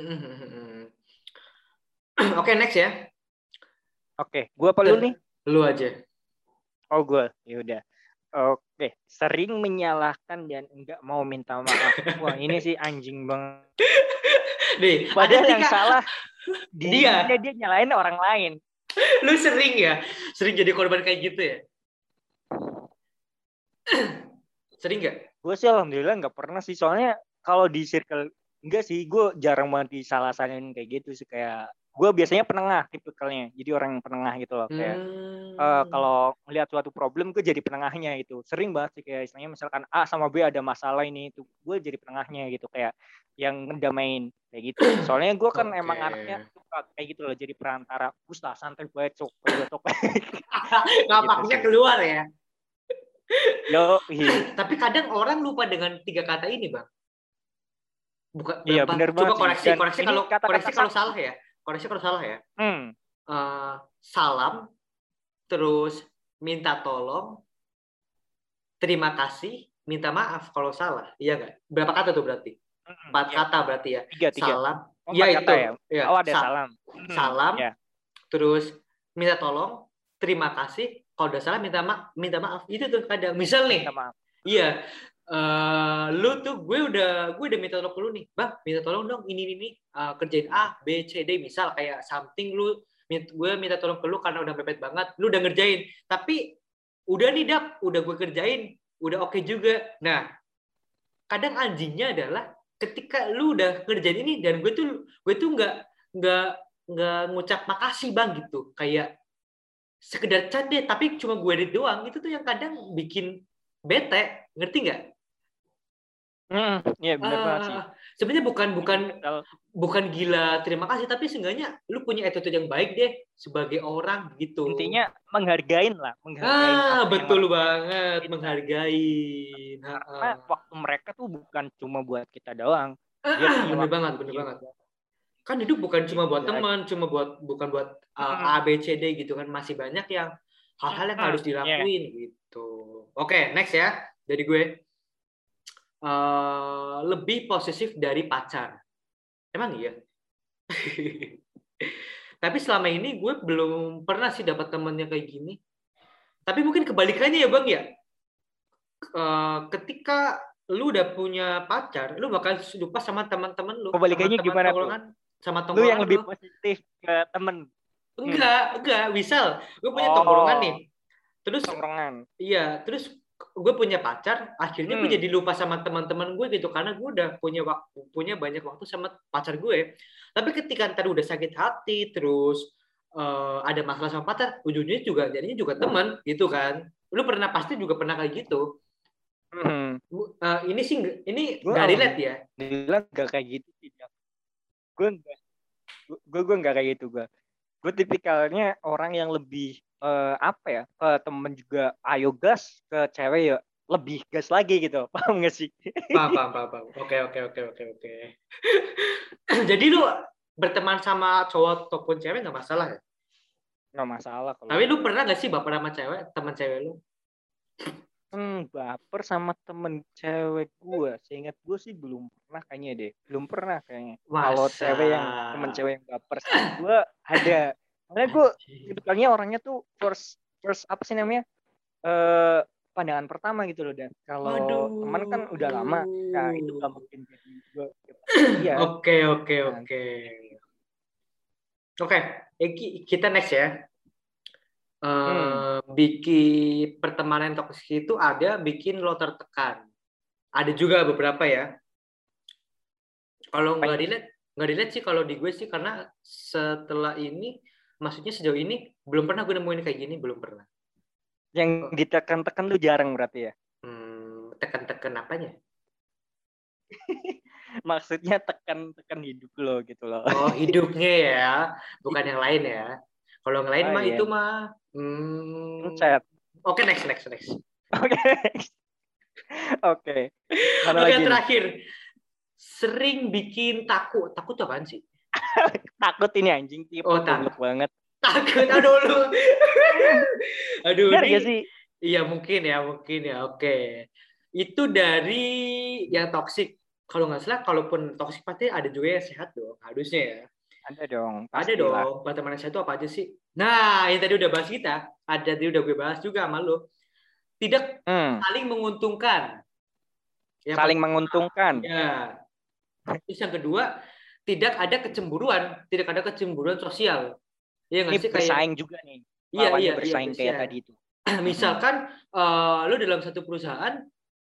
Oke, next ya. Oke, gue apa lu nih? Lu aja. Oh gue, yaudah. Oke, sering menyalahkan dan enggak mau minta maaf. Wah, ini sih anjing banget. Nih, padahal yang salah dia nyalain orang lain. Lu sering jadi korban kayak gitu ya? Sering nggak? Gue sih alhamdulillah nggak pernah sih. Soalnya kalau di circle enggak sih, gue jarang banget disalah-salahin kayak gitu sih. Kayak gue biasanya penengah tipikalnya, jadi orang yang penengah gitu loh. Kayak kalau melihat suatu problem gue jadi penengahnya gitu. Sering banget sih, kayak istilahnya misalkan A sama B ada masalah ini, itu gue jadi penengahnya gitu, kayak yang ngedamain kayak gitu. Soalnya gue kan emang anaknya suka kayak gitu loh, jadi perantara. Ustaz santai banget, cok. Ngapaknya gitu keluar ya. Tapi kadang orang lupa dengan 3 kata ini, Bang. Bukan, iya, benar banget. Coba koreksi kalau salah ya. Salam, terus minta tolong, terima kasih, minta maaf kalau salah. Iya nggak? Berapa kata tuh berarti? 4 kata berarti ya. Tiga. Salam. Oh, Ya 4 itu. kata ya? Ya. Oh, ada salam. Salam. Ya. Terus minta tolong, terima kasih, kalau udah salah minta maaf. Itu tuh kadang. Misal nih. Minta maaf. Iya. Lu tuh gue udah minta tolong ke lu nih. Bang, minta tolong dong ini kerjain A, B, C, D misal kayak something gue minta tolong ke lu karena udah mepet banget. Lu udah ngerjain. Tapi udah nih Dap, udah gue kerjain, udah oke juga. Nah, kadang anjingnya adalah ketika lu udah ngerjain ini dan gue tuh nggak ngucap makasih bang gitu, kayak sekedar chat deh tapi cuma gue edit doang, itu tuh yang kadang bikin bete, ngerti nggak? Iya benar banget sih. Sebenarnya bukan gila terima kasih, tapi seenggaknya lu punya attitude yang baik deh sebagai orang gitu. Intinya menghargain lah, betul banget, menghargain. Karena waktu mereka tuh bukan cuma buat kita doang. Bener banget. Kan hidup bukan cuma buat teman, bukan buat A, B, C, D gitu kan, masih banyak yang hal-hal yang harus dilakuin gitu. Oke, next ya. Jadi gue lebih posesif dari pacar. Emang iya? Tapi selama ini gue belum pernah sih dapat temennya kayak gini. Tapi mungkin kebalikannya ya Bang ya. Ketika lu udah punya pacar, lu bakal lupa sama teman-teman lu. Kebalikannya gimana tuh? Sama lu yang lebih positif ke temen? Enggak. Misal, gue punya tongkrongan nih. Terus, iya, terus gue punya pacar, akhirnya gue jadi lupa sama teman-teman gue gitu, karena gue udah punya banyak waktu sama pacar gue. Tapi ketika ntar udah sakit hati, terus ada masalah sama pacar, ujungnya jadinya juga teman gitu kan. Lu pasti juga pernah kayak gitu. Ini nggak relate ya? Relate nggak kayak gitu sih. Gue nggak kayak gitu. Gue tipikalnya orang yang lebih ke temen juga ayo gas, ke cewek ya lebih gas lagi gitu. Paham nggak sih? Paham. Oke. Jadi lu berteman sama cowok ataupun cewek nggak masalah ya? Nggak masalah. Tapi lu pernah nggak sih baper sama teman cewek lu? Baper sama temen cewek gue, seingat gue sih belum pernah kayaknya. Kalau cewek yang temen cewek yang baper sama gue ada. Karena gue tipikalnya orangnya tuh first apa sih namanya, pandangan pertama gitu loh. Dan kalau teman kan udah lama, nah itu gak mungkin jadi gue. Iya. Oke, kita next ya. Bikin pertemanan toksik itu ada bikin lo tertekan. Ada juga beberapa ya. Kalau nggak relate sih kalau di gue sih, karena setelah ini, maksudnya sejauh ini belum pernah gue nemuin kayak gini, belum pernah. Yang ditekan-tekan lu jarang berarti ya? Tekan-tekan apanya? Maksudnya tekan hidup lo gitu loh. Oh, hidupnya ya, bukan yang lain ya. Kalau yang lain mah itu mah Oke, next. Oke. Terakhir. Sering bikin takut. Takut apaan sih? Takut ini anjing, tipe goblok banget. Takut, aduh. Benar gak sih? Iya, mungkin ya. Oke. Itu dari yang toksik. Kalau nggak salah, kalaupun toksik pasti ada juga yang sehat dong, harusnya ya. Ada dong. Ada dong. Pertemanan sehat itu apa aja sih? Nah, yang tadi udah bahas kita. Tadi udah gue bahas juga sama lu. Tidak saling menguntungkan. Saling menguntungkan. Ya. Terus yang kedua, tidak ada kecemburuan sosial. Ya, ini bersaing juga nih. Iya, bersaing kayak tadi itu. Misalkan lu dalam satu perusahaan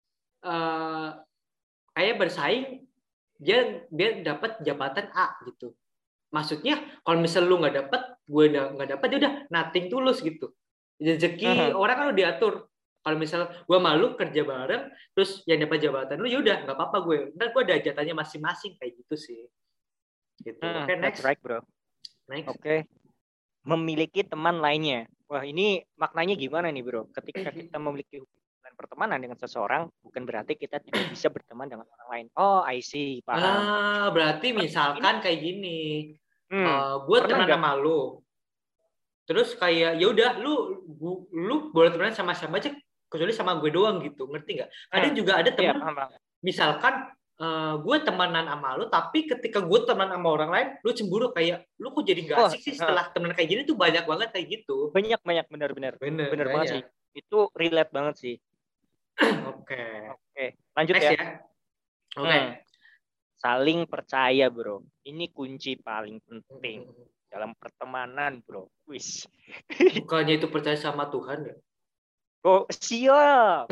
kayak bersaing, dia dapat jabatan A gitu. Maksudnya kalau misal lu nggak dapat, gue nggak dapat, ya udah nothing tulus gitu. Rezeki orang kan udah diatur. Kalau misal gue malu kerja bareng, terus yang dapat jabatan lu, ya udah nggak apa-apa gue. Ntar gue ada jatahnya masing-masing kayak gitu sih. Gitu. Oke, next. Right, bro. Next. Oke. Memiliki teman lainnya. Wah, ini maknanya gimana nih, bro? Ketika kita memiliki hubungan pertemanan dengan seseorang, bukan berarti kita tidak bisa berteman dengan orang lain. Oh, I see, paham. Berarti misalkan kayak gini. Gue teman sama lu. Terus kayak ya udah lu boleh temenan sama siapa aja kecuali sama gue doang gitu, ngerti nggak? Kadang juga ada teman, misalkan gue temenan sama lu, tapi ketika gue temenan sama orang lain, lu cemburu kayak lu kok jadi nggak asik sih setelah temenan kayak gini tuh banyak banget kayak gitu. Banyak benar banget sih. Itu relate banget sih. Oke. Lanjut next, ya. Oke. Saling percaya, bro. Ini kunci paling penting dalam pertemanan, bro. Wis. Bukannya itu percaya sama Tuhan ya? Oh, siap.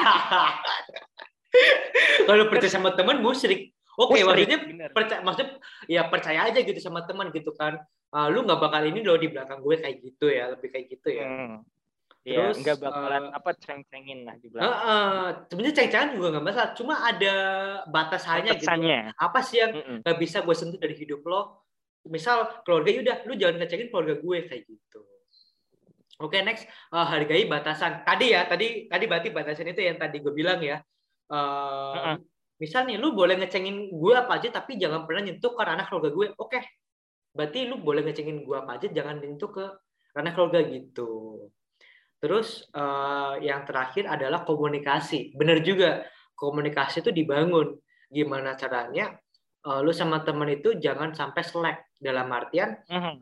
Kalau percaya sama teman musyrik. Oke, maksudnya percaya aja gitu sama teman gitu kan. Lu nggak bakal ini loh di belakang gue kayak gitu ya, lebih kayak gitu ya. Terus nggak bakalan ceng-cengin lah di belakang. Sebenarnya ceng-cengan juga nggak masalah, cuma ada batasannya gitu. Apa sih yang nggak bisa gue sentuh dari hidup lo? Misal keluarga, udah lu jangan ngecengin keluarga gue kayak gitu. Oke, next, hargai batasan. Tadi berarti batasan itu yang tadi gue bilang ya. Misal nih, lu boleh ngecengin gue apa aja, tapi jangan pernah nyentuh ke ranah keluarga gue. Oke, berarti lu boleh ngecengin gue apa aja, jangan nyentuh ke ranah keluarga gitu. Terus yang terakhir adalah komunikasi. Bener juga, komunikasi itu dibangun. Gimana caranya lu sama temen itu jangan sampai slack. Dalam artian,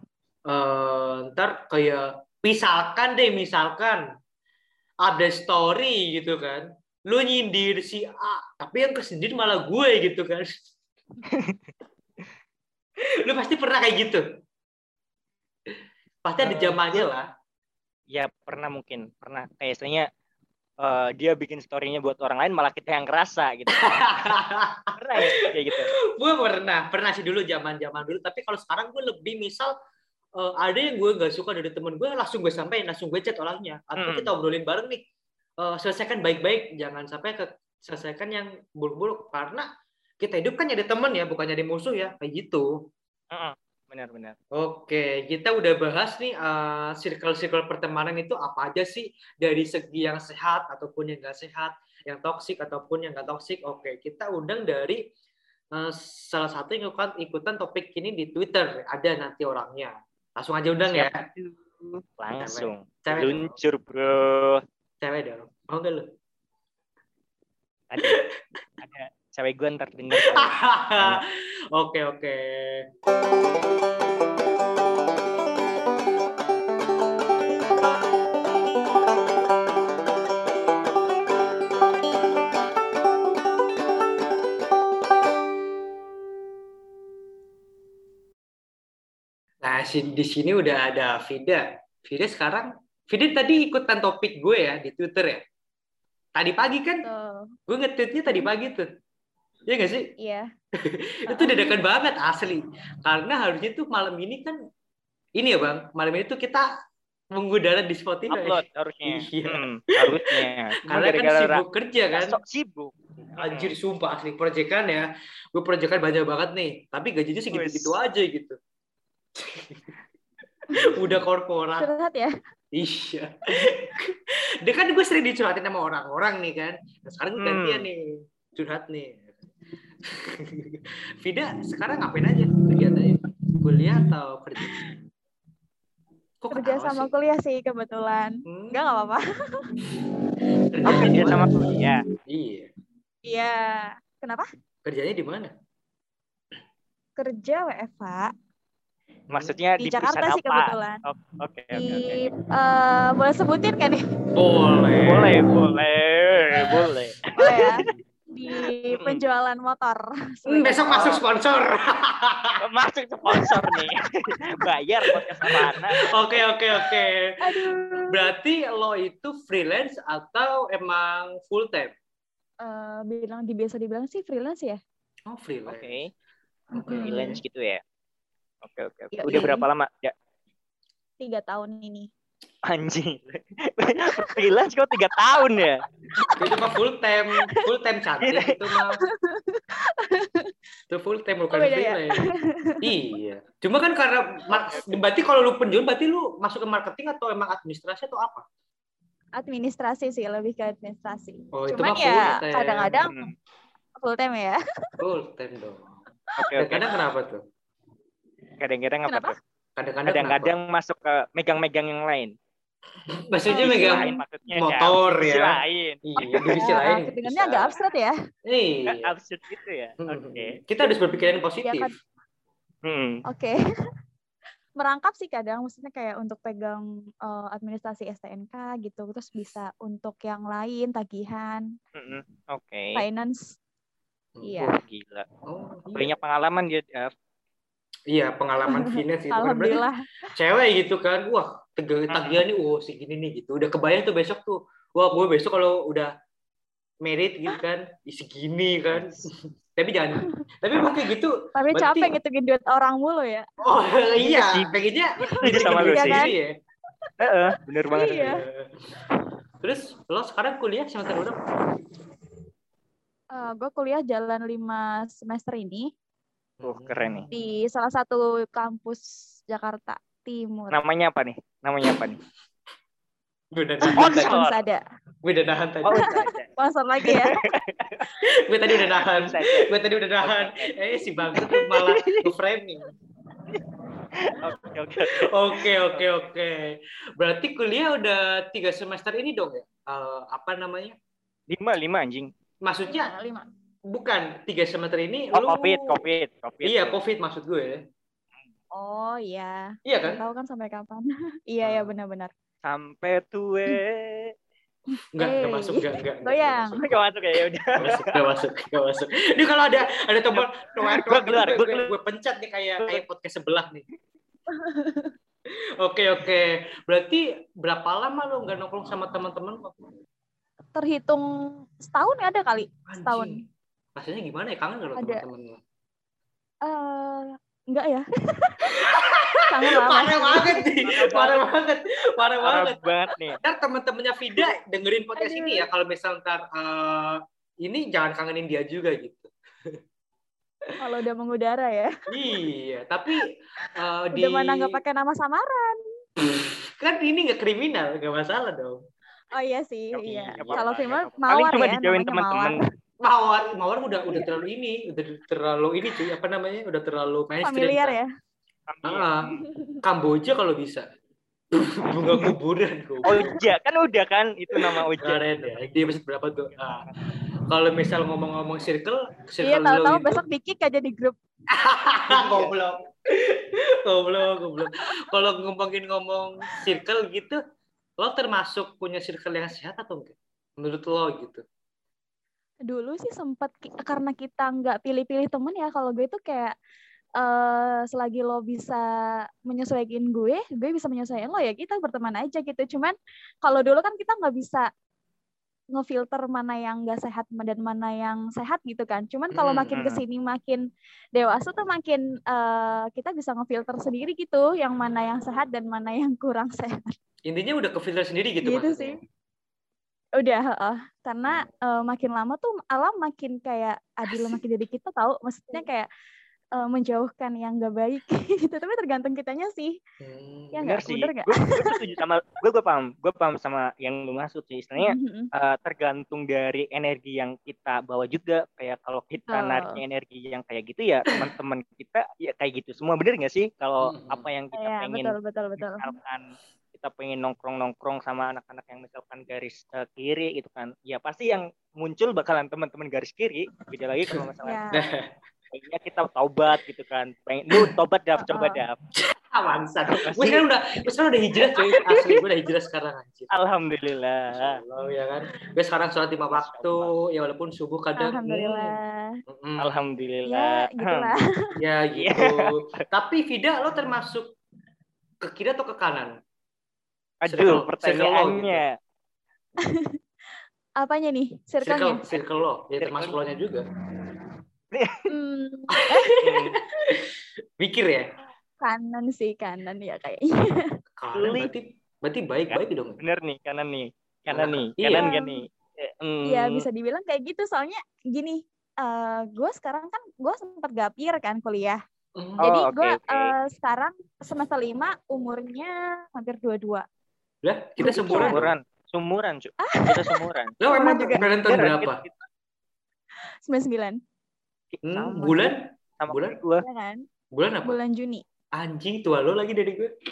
ntar kayak misalkan update story gitu kan. Lu nyindir si A, tapi yang kesindir malah gue gitu kan. Lu pasti pernah kayak gitu. Pasti ada zamannya lah. Ya pernah kayak istilahnya dia bikin story-nya buat orang lain malah kita yang kerasa gitu. Pernah ya kayak gitu. Gue pernah sih dulu zaman dulu, tapi kalau sekarang gue lebih misal ada yang gue nggak suka dari temen gue, langsung gue sampein, langsung gue chat orangnya, atau kita obrolin bareng nih, selesaikan baik-baik, jangan sampai selesaikan yang buruk-buruk, karena kita hidup kan jadi temen ya, bukan jadi musuh ya, kayak gitu. Benar. Oke, kita udah bahas nih circle pertemanan itu apa aja sih, dari segi yang sehat ataupun yang nggak sehat, yang toksik ataupun yang nggak toksik. Oke, kita undang dari salah satu yang ikutan topik ini di Twitter, ada nanti orangnya. Langsung aja undang. Siap. Ya. Langsung. Luncur, bro. Cewek dong. Mau nggak lu? Ada cewek gue ntar denger. Oke. Nah, di sini udah ada Vida. Vida tadi ikutan topik gue ya di Twitter ya. Tadi pagi kan? Gue nge-tweetnya tadi pagi tuh. Iya nggak sih? Iya. Itu dadakan banget asli. Karena harusnya tuh malam ini kan, ini ya Bang, malam ini tuh kita mengudara di Spotify. Upload harusnya. Iya. Harusnya. Karena kan sibuk kerja kan. Sibuk. Anjir, sumpah asli. Proyekan ya. Gue proyekan banyak banget nih. Tapi gajinya segitu-gitu aja gitu. Udah korporat. Curhat ya? Iya. Dia kan gue sering dicurhatin sama orang-orang nih kan. Nah, sekarang gue gantian nih. Curhat nih. Vida sekarang ngapain aja kegiatannya? Kuliah atau kerja? Kerja sama sih? Kuliah sih kebetulan. Enggak apa-apa. Kerja sama kuliah? Iya. Kenapa? Kerjanya di mana? Kerja WFH. Maksudnya di Jakarta sih kebetulan. Oke. Boleh sebutin kan nih? Boleh ya. Di penjualan motor. Besok masuk sponsor. Masuk sponsor nih. Bayar podcast Sarana. Oke. Aduh. Berarti lo itu freelance atau emang full time? Biasa dibilang sih freelance ya. Oh, freelance. Oke. Freelance gitu ya. Oke. Udah berapa lama? Ya. 3 tahun ini. Anjing. Freelance kok 3 tahun ya? Itu mah full time cantik itu mah. Itu full time bukan freelance. Ya? Iya. Cuma kan karena berarti kalau lu penjual berarti lu masuk ke marketing atau emang administrasi atau apa? Administrasi sih, lebih ke administrasi. Oh, cuman ya kadang-kadang full time ya. Full time dong. Oke. Kadang kenapa tuh? Kadang-kadang apa tuh? Kadang-kadang masuk ke megang-megang yang lain. Maksudnya Divisi megang lain maksudnya motor divisi ya. lain. Iya, divisi lain. Kedengarannya agak abstrak ya. Iya. Absurd gitu ya. Oke. Kita harus berpikiran positif. Ya kan. Oke. Merangkap sih kadang, maksudnya kayak untuk pegang administrasi STNK gitu, terus bisa untuk yang lain tagihan, finance. Iya. Gila. Banyak pengalaman dia. Iya, pengalaman finance gitu. Alhamdulillah. Cewek gitu kan, wah tagihan nih, segini nih gitu. Udah kebayang tuh besok tuh, wah gue besok kalau udah married gitu kan, segini kan. tapi mungkin gitu. Tapi berarti... capek ngitungin duit orang mulu ya. Oh iya, pengennya sama lu sih. Ya. Bener banget. Iya. Terus lo sekarang kuliah semester berapa? Gue kuliah jalan 5 semester ini. Keren nih. Di salah satu kampus Jakarta Timur. Namanya apa nih? Gue udah nahan tadi. Sponsor lagi ya. Gue tadi udah nahan. Si bangsa tuh malah nge-framing. Oke. Berarti kuliah udah 3 semester ini dong ya? Apa namanya? 5 anjing. Maksudnya 5. Bukan 3 semester ini. COVID. Iya, COVID maksud gue. Oh iya. Iya kan? Tahu kan sampai kapan? Iya ya benar-benar. Sampai tue. Enggak masuk. Goyang. Enggak masuk ya udah. Enggak masuk. Ini kalau ada tombol keluar gue pencet nih kayak podcast sebelah nih. Oke. Berarti berapa lama lo enggak nongkrong sama teman-teman lo? Terhitung setahun ya ada kali. Setahun. Rasanya gimana ya? Kangen enggak lo teman-teman lo? Enggak ya. Kangen lama. Parah banget nih. Ntar teman-temannya Vida dengerin podcast ini ya. Kalau misal ntar ini jangan kangenin dia juga gitu. Kalau udah mengudara ya. Iya, tapi udah mana nggak pakai nama samaran. Kan ini nggak kriminal, nggak masalah dong. Oh iya sih, iya. Kalau Firman Mawar cuma ya, dijauhin teman-teman. Mawar udah terlalu ini cuy, apa namanya? Udah terlalu mainstream. Familiar kan? Ya. Kamboja kalau bisa. Bunga kuburan. Oja, kan udah kan itu nama Oja. Keren ya. Dia bisa berapa tuh? Kalau misal ngomong-ngomong circle iya, tahu-tahu besok dikik aja di grup. Goblok. Kalau ngomong circle gitu, lo termasuk punya circle yang sehat atau enggak? Menurut lo gitu? Dulu sih sempat karena kita nggak pilih-pilih temen ya. Kalau gue itu kayak selagi lo bisa menyesuaikan gue bisa menyesuaikan lo ya kita berteman aja gitu. Cuman kalau dulu kan kita nggak bisa ngefilter mana yang nggak sehat dan mana yang sehat gitu kan. Cuman kalau makin kesini makin dewasa tuh makin kita bisa ngefilter sendiri gitu yang mana yang sehat dan mana yang kurang sehat. Intinya udah kefilter sendiri gitu maksudnya? Sih. Udah, karena makin lama tuh alam makin kayak adil makin dari kita tahu. Maksudnya kayak menjauhkan yang nggak baik gitu. Tapi tergantung kitanya sih. Ya nggak sih. Bener nggak? Gue setuju sama gue paham sama yang lu maksud sih. Istilahnya tergantung dari energi yang kita bawa juga. Kayak kalau kita nariknya energi yang kayak gitu ya teman-teman kita ya kayak gitu semua, bener nggak sih? Kalau apa yang kita pengen betul. misalkan kita pengen nongkrong sama anak-anak yang misalkan garis kiri gitu kan, ya pasti yang muncul bakalan teman-teman garis kiri. Beda lagi kalau misalnya kayaknya kita taubat gitu kan, pengen lu tobat coba Bangsat. Gue sekarang udah hijrah cuy, asli gue udah hijrah sekarang anjir. Alhamdulillah. Ya kan. Gue sekarang sholat 5 waktu, ya walaupun subuh kadang. Alhamdulillah. Ya gitulah. Ya gitu. Tapi Vida, lo termasuk ke kiri atau ke kanan? Aduh, pertanyaannya. Apanya nih? Circle-nya? Circle lo, ya termasuk lo nya juga. Mikir ya? Kanan ya kayaknya. Kanan berarti baik dong. Bener nih, kanan nih. Kanan gak nih? Iya, bisa dibilang kayak gitu. Soalnya gini, gue sekarang kan gue sempat gap year kan kuliah. Jadi gue sekarang semester 5 umurnya hampir 22. Lah, kita sumuran cuy. Kita sumuran. Lo emang beneran tahun berapa? 99. Bulan? Sama bulan gua. Ya kan? Bulan apa? Bulan Juni. Anjing, tua lo lagi dari gue.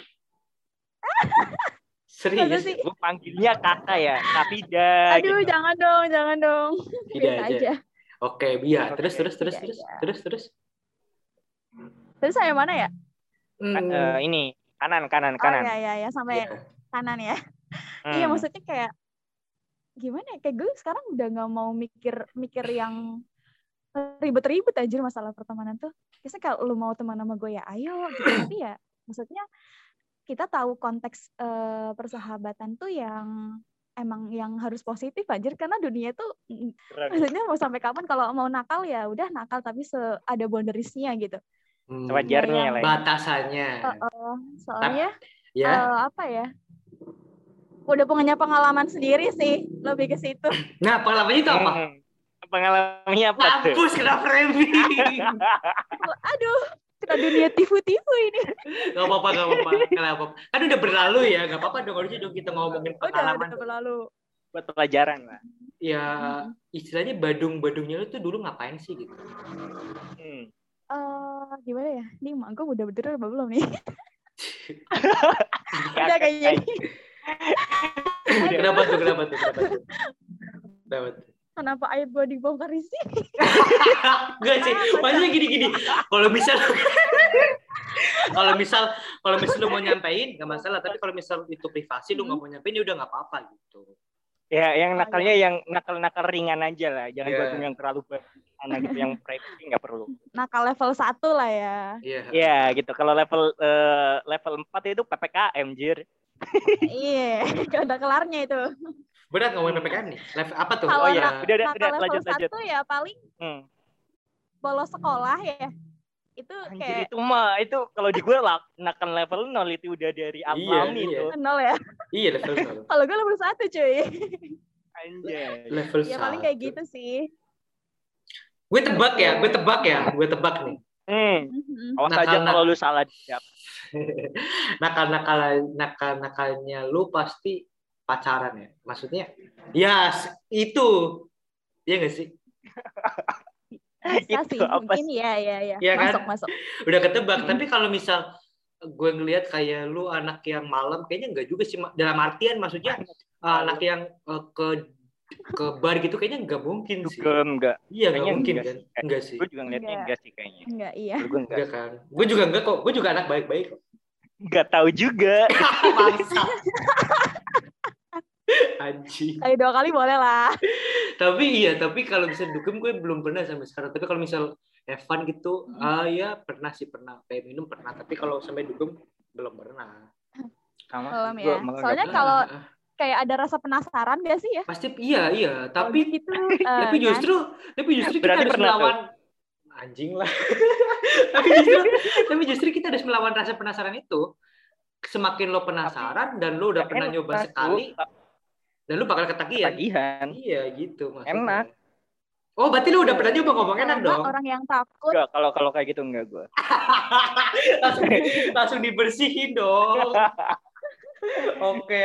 Masa Serius? sih? Gue panggilnya kakak ya, tapi dah. Aduh, gitu. jangan dong. Tidak Biasa aja. aja. Oke, Bia. Oke. Terus. Tidak aja. Terus saya mana ya? Ini kanan. Oh ya, sampai Iya. kanan ya. Iya, maksudnya kayak gimana ya? Kayak gue sekarang udah nggak mau mikir yang ribet-ribet aja masalah pertemanan tuh. Biasanya kalau lu mau teman sama gue ya ayo gitu. Tapi ya maksudnya kita tahu konteks persahabatan tuh yang emang yang harus positif aja, karena dunia tuh maksudnya mau sampai kapan kalau mau nakal ya udah nakal, tapi ada boundariesnya gitu. Sewajarnya lah. Batasannya. Soalnya ya. apa ya? Udah punya pengalaman sendiri sih, lebih ke situ. Nah, pengalamannya itu apa? Pengalamannya apa tuh? Mampus kena framing. Aduh, kena dunia tifu-tifu ini. Gak apa-apa. Kenapa? Kan udah berlalu ya, gak apa-apa dong. Harusnya dong kita ngomongin pengalaman. Udah berlalu. Buat pelajaran lah. Ya, istilahnya badung-badungnya lu tuh dulu ngapain sih gitu? Gimana ya? Nih mak gue udah bener apa belum nih? Udah kayaknya nih. Kenapa tuh? Kenapa aib gue dibongkar di sini? Enggak sih, maksudnya gini. Kalau misal lu mau nyampein nggak masalah, tapi kalau misal itu privasi lu nggak mau nyampein ya udah nggak apa-apa gitu. Ya, yang nakalnya yang nakal ringan aja lah, jangan badung yang terlalu anak gitu, yang privasi nggak perlu. Nakal level 1 lah ya. Iya, gitu. Kalau level 4 itu PPKM, jir. Iya, gak ada kelarnya itu. Berat ngomongin PPKM nih. Level apa tuh? Kalau udah level 1 lanjut. ya paling bolos sekolah ya. Itu Anjir, kayak itu kalau di gue nakal level 0 itu udah dari alami itu. 0 ya. Iya, level 0. Kalau gue level 1 cuy. Anjir. Level 1. Ya paling kayak gitu sih. Gue tebak nih. Awas aja kalau lu salah dijawab. Nakal-nakalnya lu pasti pacaran ya. Maksudnya ya itu. Iya nggak sih? Bisa sih, mungkin ya kan? Masuk. Udah ketebak. Tapi kalau misal gue ngelihat kayak lu anak yang malam, kayaknya enggak juga sih. Dalam artian maksudnya anak yang ke bar gitu kayaknya enggak mungkin sih. Enggak. Iya, enggak mungkin kan? Enggak sih. Gue juga ngeliatnya enggak sih kayaknya. Enggak, iya. Enggak kan? Gue juga enggak kok. Gue juga anak baik-baik kok. Enggak tahu juga. Bangsa. Anjing. Kali 2 kali boleh lah. Tapi kalau bisa dugem gue belum pernah sampai sekarang. Tapi kalau misal Evan gitu, ya pernah. Kayak minum pernah. Tapi kalau sampai dugem belum pernah. Belum ya. Soalnya kalau kayak ada rasa penasaran gak sih ya? Pasti iya. Tapi gitu. tapi justru kita harus melawan anjing lah. tapi justru kita harus melawan rasa penasaran itu. Semakin lo penasaran dan lo udah pernah nyoba sekali. Dan lu bakal ketagihan. Iya gitu maksudnya. Enak. Oh, berarti lu udah pernah nyoba ngomong enak dong. Orang yang takut. Enggak, kalau kayak gitu enggak gue. langsung dibersihin dong. Oke.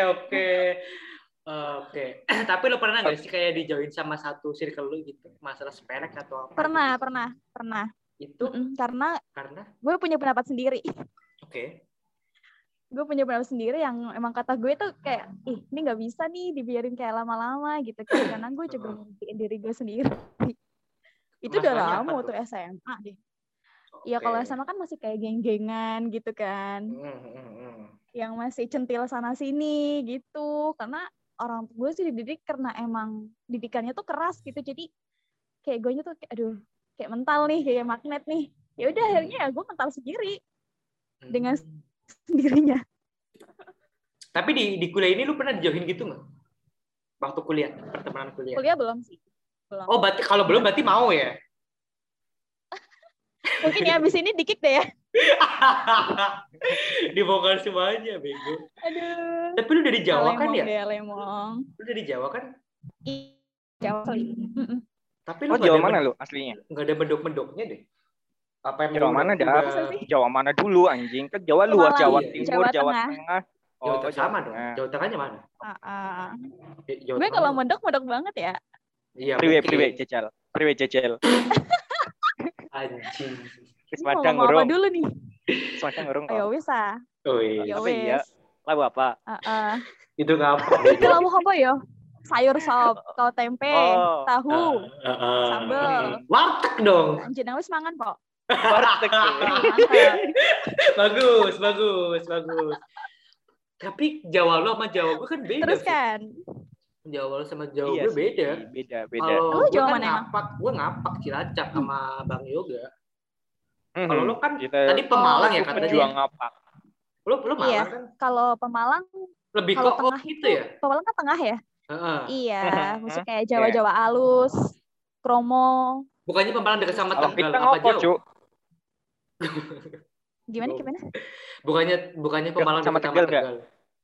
Tapi lu pernah nggak sih kayak dijauhin sama satu circle lu gitu? Masalah sepelek atau apa? Pernah. Itu karena gue punya pendapat sendiri. Oke. Gue punya pendapat sendiri yang emang kata gue tuh kayak ini nggak bisa nih dibiarin kayak lama-lama gitu karena gue juga ngertiin diri gue sendiri. Itu udah lama tuh SMA deh. Ya kalau SMA kan masih kayak geng-gengan gitu kan. Yang masih centil sana sini gitu. Karena orang gue sih dididik karena emang didikannya tuh keras gitu. Jadi kayak gue tuh kayak mental nih, kayak magnet nih. Ya udah akhirnya gue mental sendiri. Dengan sendirinya. Tapi di kuliah ini lu pernah dijauhin gitu nggak? Waktu kuliah, pertemanan kuliah? Kuliah belum sih. Belum. Oh, kalau belum berarti mau ya? Mungkin ya abis ini dikit deh ya. Dibongkar semuanya, bego. Aduh. Tapi lu dari Jawa kan ya? Lemong. Lu dari Jawa kan? Jawa kali. Tapi lu Jawa mana lu aslinya? Nggak ada mendok-mendoknya deh. Apa yang Jawa mana dah? Jawa mana dulu anjing? Kan Jawa luas, Jawa Timur, Jawa Tengah. Oh, sama dong. Jawa Tengahnya mana? Gue kalau mendok banget ya. Iya. Priwe cecel. Anjing. Mau ngomong apa dulu nih? Semacam ngurung Ayo kok. wis ah. Oh iya. Ya Apa iya? wis. Lagu apa? Itu ngapa? Iki lawu apa ya? Sayur sop, tahu tempe, Oh. tahu, sambel. Warteg dong. Jeneng wis mangan kok. Warteg. Mantap. Bagus. Tapi Jawa lo sama Jawa gue kan beda. Terus sih. kan? Jawa lo sama Jawa Iya gue sih, beda. Beda. Kalau Lu gue Jawa kan mana emang? gue ngapak Cilacap sama Bang Yoga. Kalau lo kan kita, tadi Pemalang ya katanya. Pejuang ngapak. Lo Malang Iya. kan? Kalau Pemalang Lebih kalau ke tengah gitu itu, ya? Pemalang kan tengah ya? Iya, musik kayak Jawa-Jawa alus, kromo. Bukannya Pemalang dekat sama Kalau Tegal kita apa ngopo, jauh? Cuk? Gimana? Bukannya Pemalang Sama dekat Tegal sama nggak? Tegal.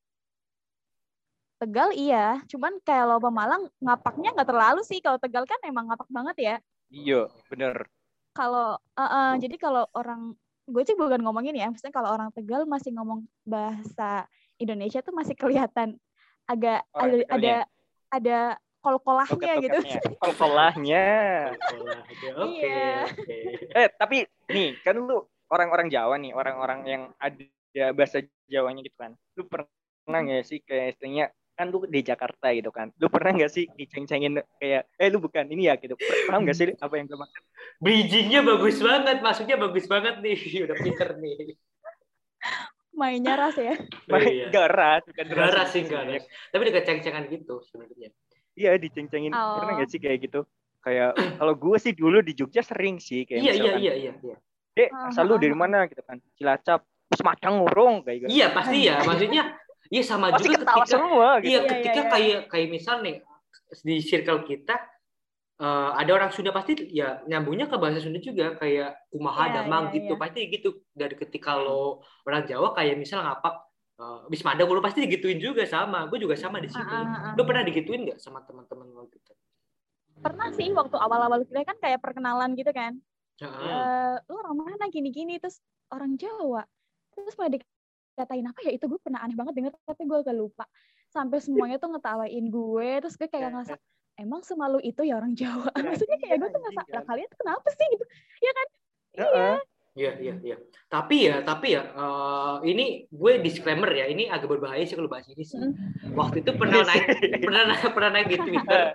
Tegal iya, cuman kalau Pemalang ngapaknya nggak terlalu sih. Kalau Tegal kan emang ngapak banget ya. Iya, bener. Kalau jadi kalau orang gue sih bukan ngomongin ya, maksudnya kalau orang Tegal masih ngomong bahasa Indonesia tuh masih kelihatan agak ada kol-kolahnya gitu. Kol-kolahnya. Oke. Tapi nih, kan lu orang-orang Jawa nih, orang-orang yang ada bahasa Jawanya gitu kan. Lu pernah nggak sih kayak istilahnya, kan lu di Jakarta gitu kan. Lu pernah nggak sih diceng-cengin kayak, lu bukan ini ya gitu. Paham nggak sih apa yang gue maksud? Bridging-nya bagus banget, masuknya bagus banget nih. Udah pinter nih. Mainnya ras ya. Garas, bukan garas sih, garas. Tapi dekat ceng-cengan gitu sebenarnya. Iya, diceng-cengin. Pernah nggak sih kayak gitu? Kayak kalau gue sih dulu di Jogja sering sih kayak misalkan. Iya. Dek, asal lu dari mana gitu kan? Cilacap, Semacang ngurung kayak gitu. Iya, pasti ya. Maksudnya iya sama pasti juga ketawa semua gitu. Iya, ketika kayak misal nih di circle kita ada orang Sunda pasti ya nyambungnya ke bahasa Sunda juga kayak kumaha damang gitu. Pasti gitu. Dari ketika lo orang Jawa kayak misal ngapak Bismada lo pasti digituin juga sama. Gue juga sama di sini. Lo pernah digituin nggak sama teman-teman lo gitu? Pernah sih waktu awal-awal kuliah kan kayak perkenalan gitu kan. Lo orang mana gini-gini, terus orang Jawa. Terus pada dikatain apa ya, itu gue pernah aneh banget denger tapi gue agak lupa. Sampai semuanya tuh ngetawain gue, terus gue kayak ngerasa emang semalu itu ya orang Jawa. Maksudnya kayak gue tuh ngerasa, lah kalian tuh kenapa sih gitu? Ya kan? Iya. Tapi ya ini gue disclaimer ya, ini agak berbahaya sih kalau bahas ini sih. Waktu itu pernah naik di Twitter,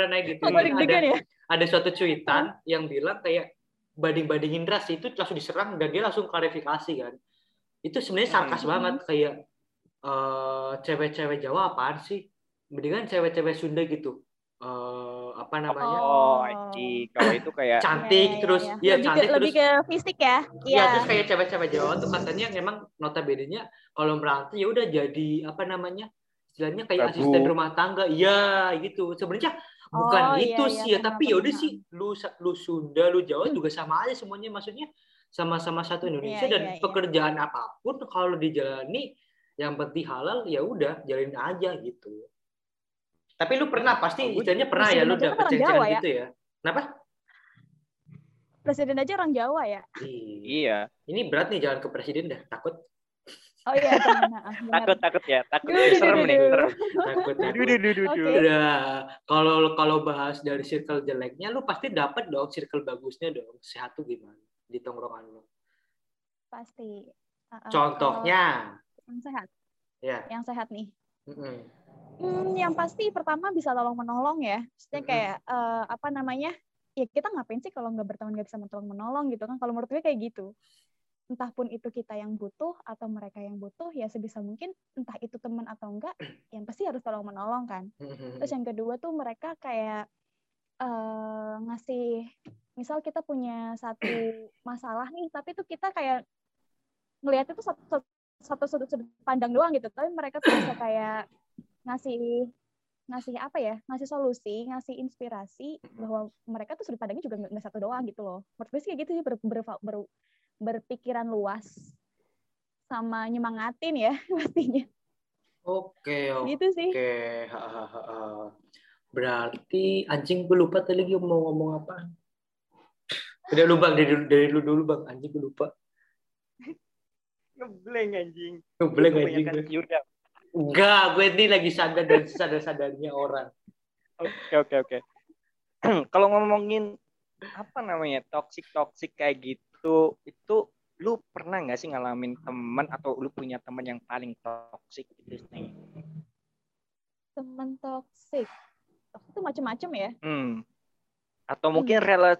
ada suatu cuitan yang bilang kayak banding-bandingin ras itu langsung diserang dan dia langsung klarifikasi kan. Itu sebenarnya sarkas banget kayak cewek-cewek Jawa apaan sih? Mendingan cewek-cewek Sunda gitu. Apa namanya? Kalau itu kayak cantik terus lebih ke fisik ya. Iya, terus kayak cewek-cewek Jawa tuh katanya memang notabene-nya kalau merantau ya udah jadi apa namanya? Istilahnya kayak asisten rumah tangga. Iya, gitu. Sebenarnya bukan itu sih ya, tapi ya udah sih lu Sunda, lu Jawa juga sama aja semuanya, maksudnya sama-sama satu Indonesia dan pekerjaan apapun kalau dijalani yang penting halal ya udah jalanin aja gitu. Tapi lu pernah pasti istilahnya pernah ya lu dapet ceng-cengan gitu ya. Kenapa? Presiden aja orang Jawa ya. Iya. Ini berat nih jalan ke presiden dah, takut. Oh iya, takut ya, takut serem nih. Takut. Udah, kalau bahas dari circle jeleknya, lu pasti dapat dong circle bagusnya dong. Sehat tuh gimana di tongkrongan lu? Pasti. Contohnya? Yang sehat. Ya. Yang sehat nih. Yang pasti pertama bisa tolong menolong ya. Maksudnya kayak apa namanya? Ya kita ngapain sih kalau nggak berteman nggak bisa tolong menolong gitu kan? Kalau menurut gue kayak gitu. Entah pun itu kita yang butuh atau mereka yang butuh, ya sebisa mungkin entah itu teman atau enggak, yang pasti harus tolong menolong kan. Terus yang kedua tuh mereka kayak ngasih, misal kita punya satu masalah nih, tapi tuh kita kayak ngelihat itu satu sudut pandang doang gitu, tapi mereka tuh bisa kayak ngasih apa ya, ngasih solusi, ngasih inspirasi bahwa mereka tuh sudut pandangnya juga nggak satu doang gitu loh. Menurut gue sih kayak gitu sih, berpikiran luas sama nyemangatin ya pastinya. Oke. Gitu sih. Oke. Berarti anjing gue lupa tadi mau ngomong apa. Udah lu Bang, dari lu dulu Bang, anjing gue lupa. Ngebleng anjing. Enggak, gue ini lagi sadar dan sadar-sadarnya orang. Oke. Kalau ngomongin apa namanya toxic kayak gitu, itu lu pernah nggak sih ngalamin teman atau lu punya teman yang paling toksik gitu istilahnya? Teman toksik itu macam-macam ya. Atau mungkin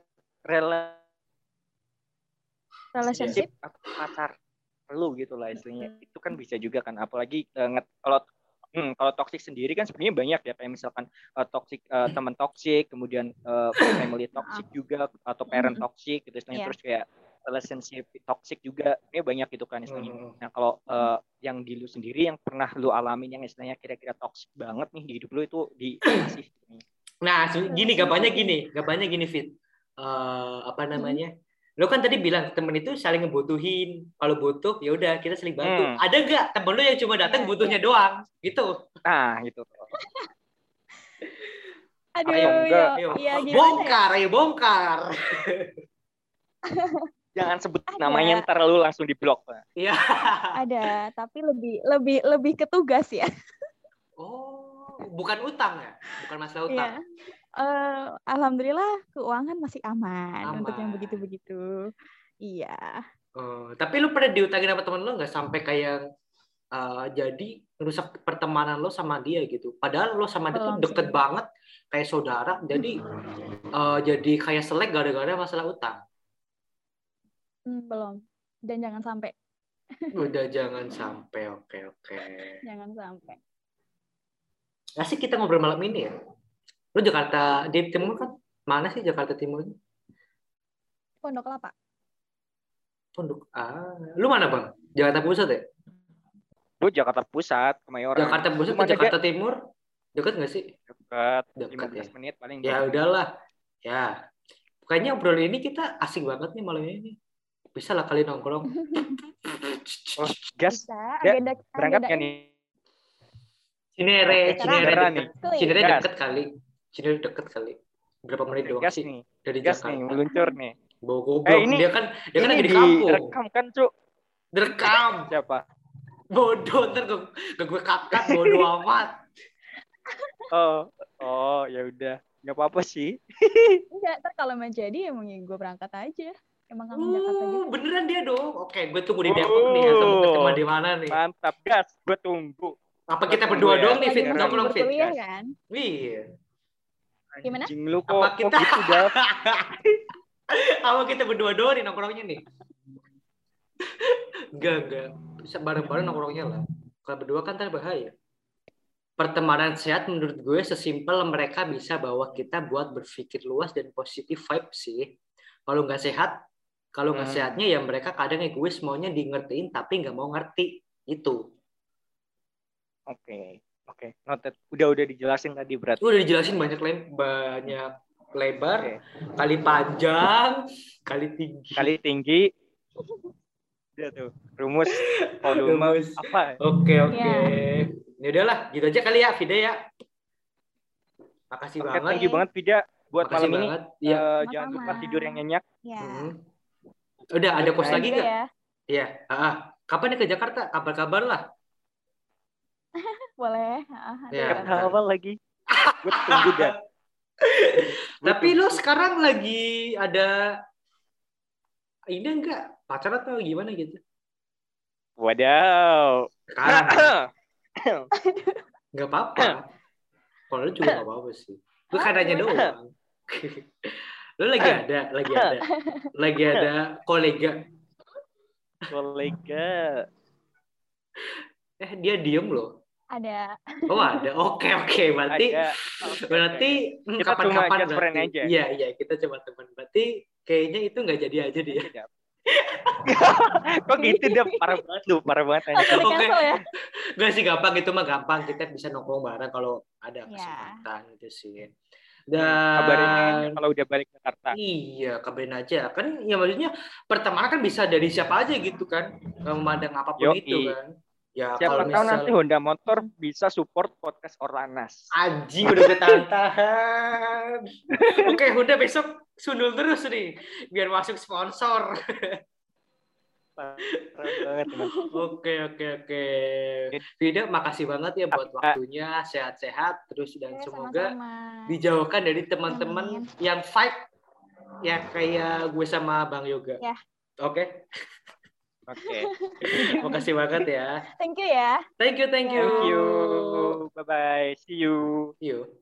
relationship atau pacar lu gitu lah istilahnya. Itu kan bisa juga kan, apalagi kalau toksik sendiri kan sebenarnya banyak ya, kayak misalkan toksik teman toksik, kemudian family toksik juga, atau parent toksik gitu istilahnya. Terus kayak relationship toksik juga, ini banyak gitu kan istilahnya. Nah kalau yang di lu sendiri yang pernah lu alamin yang istilahnya kira-kira toksik banget nih di hidup lu itu di apa sih? Nah gini, gambarnya gini Fit. Apa namanya? Lo kan tadi bilang temen itu saling ngebutuhin. Kalau butuh ya udah kita saling bantu. Ada nggak temen lo yang cuma datang butuhnya doang gitu? Nah gitu. Aduh, ya bongkar, ayo bongkar. Jangan sebut namanya, ntar lu langsung diblok. Iya. Ada, tapi lebih ke tugas ya. Oh, bukan utang ya? Bukan masalah utang. Alhamdulillah keuangan masih aman untuk yang begitu-begitu. Iya. Tapi lu pernah diutangin sama temen lu nggak sampai kayak jadi rusak pertemanan lo sama dia gitu. Padahal lo sama dia tuh deket banget, kayak saudara. Jadi kayak selek gara-gara masalah utang. Belum. Dan jangan sampai. Udah jangan sampai. Oke. Jangan sampai. Asik kita ngobrol malam ini ya. Lo Jakarta di Timur kan? Mana sih Jakarta Timur? Pondok Kelapa. Lu mana bang? Jakarta Pusat ya? Gue Jakarta Pusat, Kemayoran. Jakarta Pusat ke Jakarta Timur? Dekat nggak sih? Dekat 15 ya? menit paling. Ya udahlah. Ya. Kayaknya obrolan ini kita asik banget nih malam ini. Bisa lah kali nongkrong. Gas. Berangkat kan nih? Cinere deket kali. Cinere deket kali. Berapa menit doang gas sih? Nih. Dari gas Jakarta. Nih, meluncur nih. Goblok. Dia kan lagi di kampung. Direkam kan, Cuk? Direkam. Siapa? Bodoh, ntar gue cut bodoh amat. Oh, ya udah. Nggak apa-apa sih. Enggak, ntar kalau menjadi emang gue berangkat aja. Emang kangen Jakarta gitu. Beneran dia dong. Oke, gue tunggu di Depok nih. Atau mau ketemu di mana nih? Mantap, gas. Gue tunggu. Apa kita berdua doang nih, Fit? Nongkrong Fit. Kan? Iya. Gimana? Anjing lu kok kita gitu, Gas? Apa kita berdua doang nih nongkrongnya nih? Enggak. Bisa bareng-bareng nongkrongnya lah. Kalau berdua kan bahaya. Pertemanan sehat menurut gue sesimpel mereka bisa bawa kita buat berpikir luas dan positif vibe sih. Kalau nggak sehatnya ya mereka kadang egois, maunya di ngertiin tapi nggak mau ngerti. Itu. Oke. Noted. Udah dijelasin tadi berarti. Udah dijelasin banyak lebar, kali panjang, kali tinggi. Udah tuh. Rumus volume apa? Oke. Ya udahlah, gitu aja kali ya, Vida ya. Makasih banget. Thank you banget Vida buat makasih malam banget. Ini. Jangan lupa tidur yang nyenyak. Ya. Udah ada kos lagi nggak? Ya. Iya. Kapan nih ke Jakarta? Kabar-kabar lah. Boleh. Kapan lagi? Gue tunggu dah. Tapi lo sekarang lagi ada ini enggak pacaran atau gimana gitu? Wadaw. Sekarang. Nggak apa-apa. Kalau lu juga nggak apa-apa sih. Lu kan nanya doang. Lu lagi ada kolega. Dia diem loh. Ada. Oh ada. Oke. Berarti kita kapan-kapan berarti. Aja. Iya kita cuma teman. Berarti kayaknya itu nggak jadi aja dia. Kok gitu dah, parah banget Oke. Gak sih gampang, itu mah gampang, kita bisa nongkrong bareng kalau ada kesempatan gitu sih. Dan kabarin aja kalau udah balik ke Jakarta. Iya, kabarin aja. Kan ya maksudnya pertemanan kan bisa dari siapa aja gitu kan. Nggak memandang apapun itu kan. Ya, siapa tahu nanti Honda Motor bisa support podcast Orlanas. Anjing udah ketahan. Oke, Honda besok sundul terus nih biar masuk sponsor. Oke. Vida, makasih banget ya buat waktunya, sehat-sehat terus dan semoga dijauhkan dari teman-teman yang fight ya kayak gue sama Bang Yoga. Ya. Oke. Oke. Makasih banget ya. Thank you ya. Thank you. Thank you. Bye bye. See you. See you.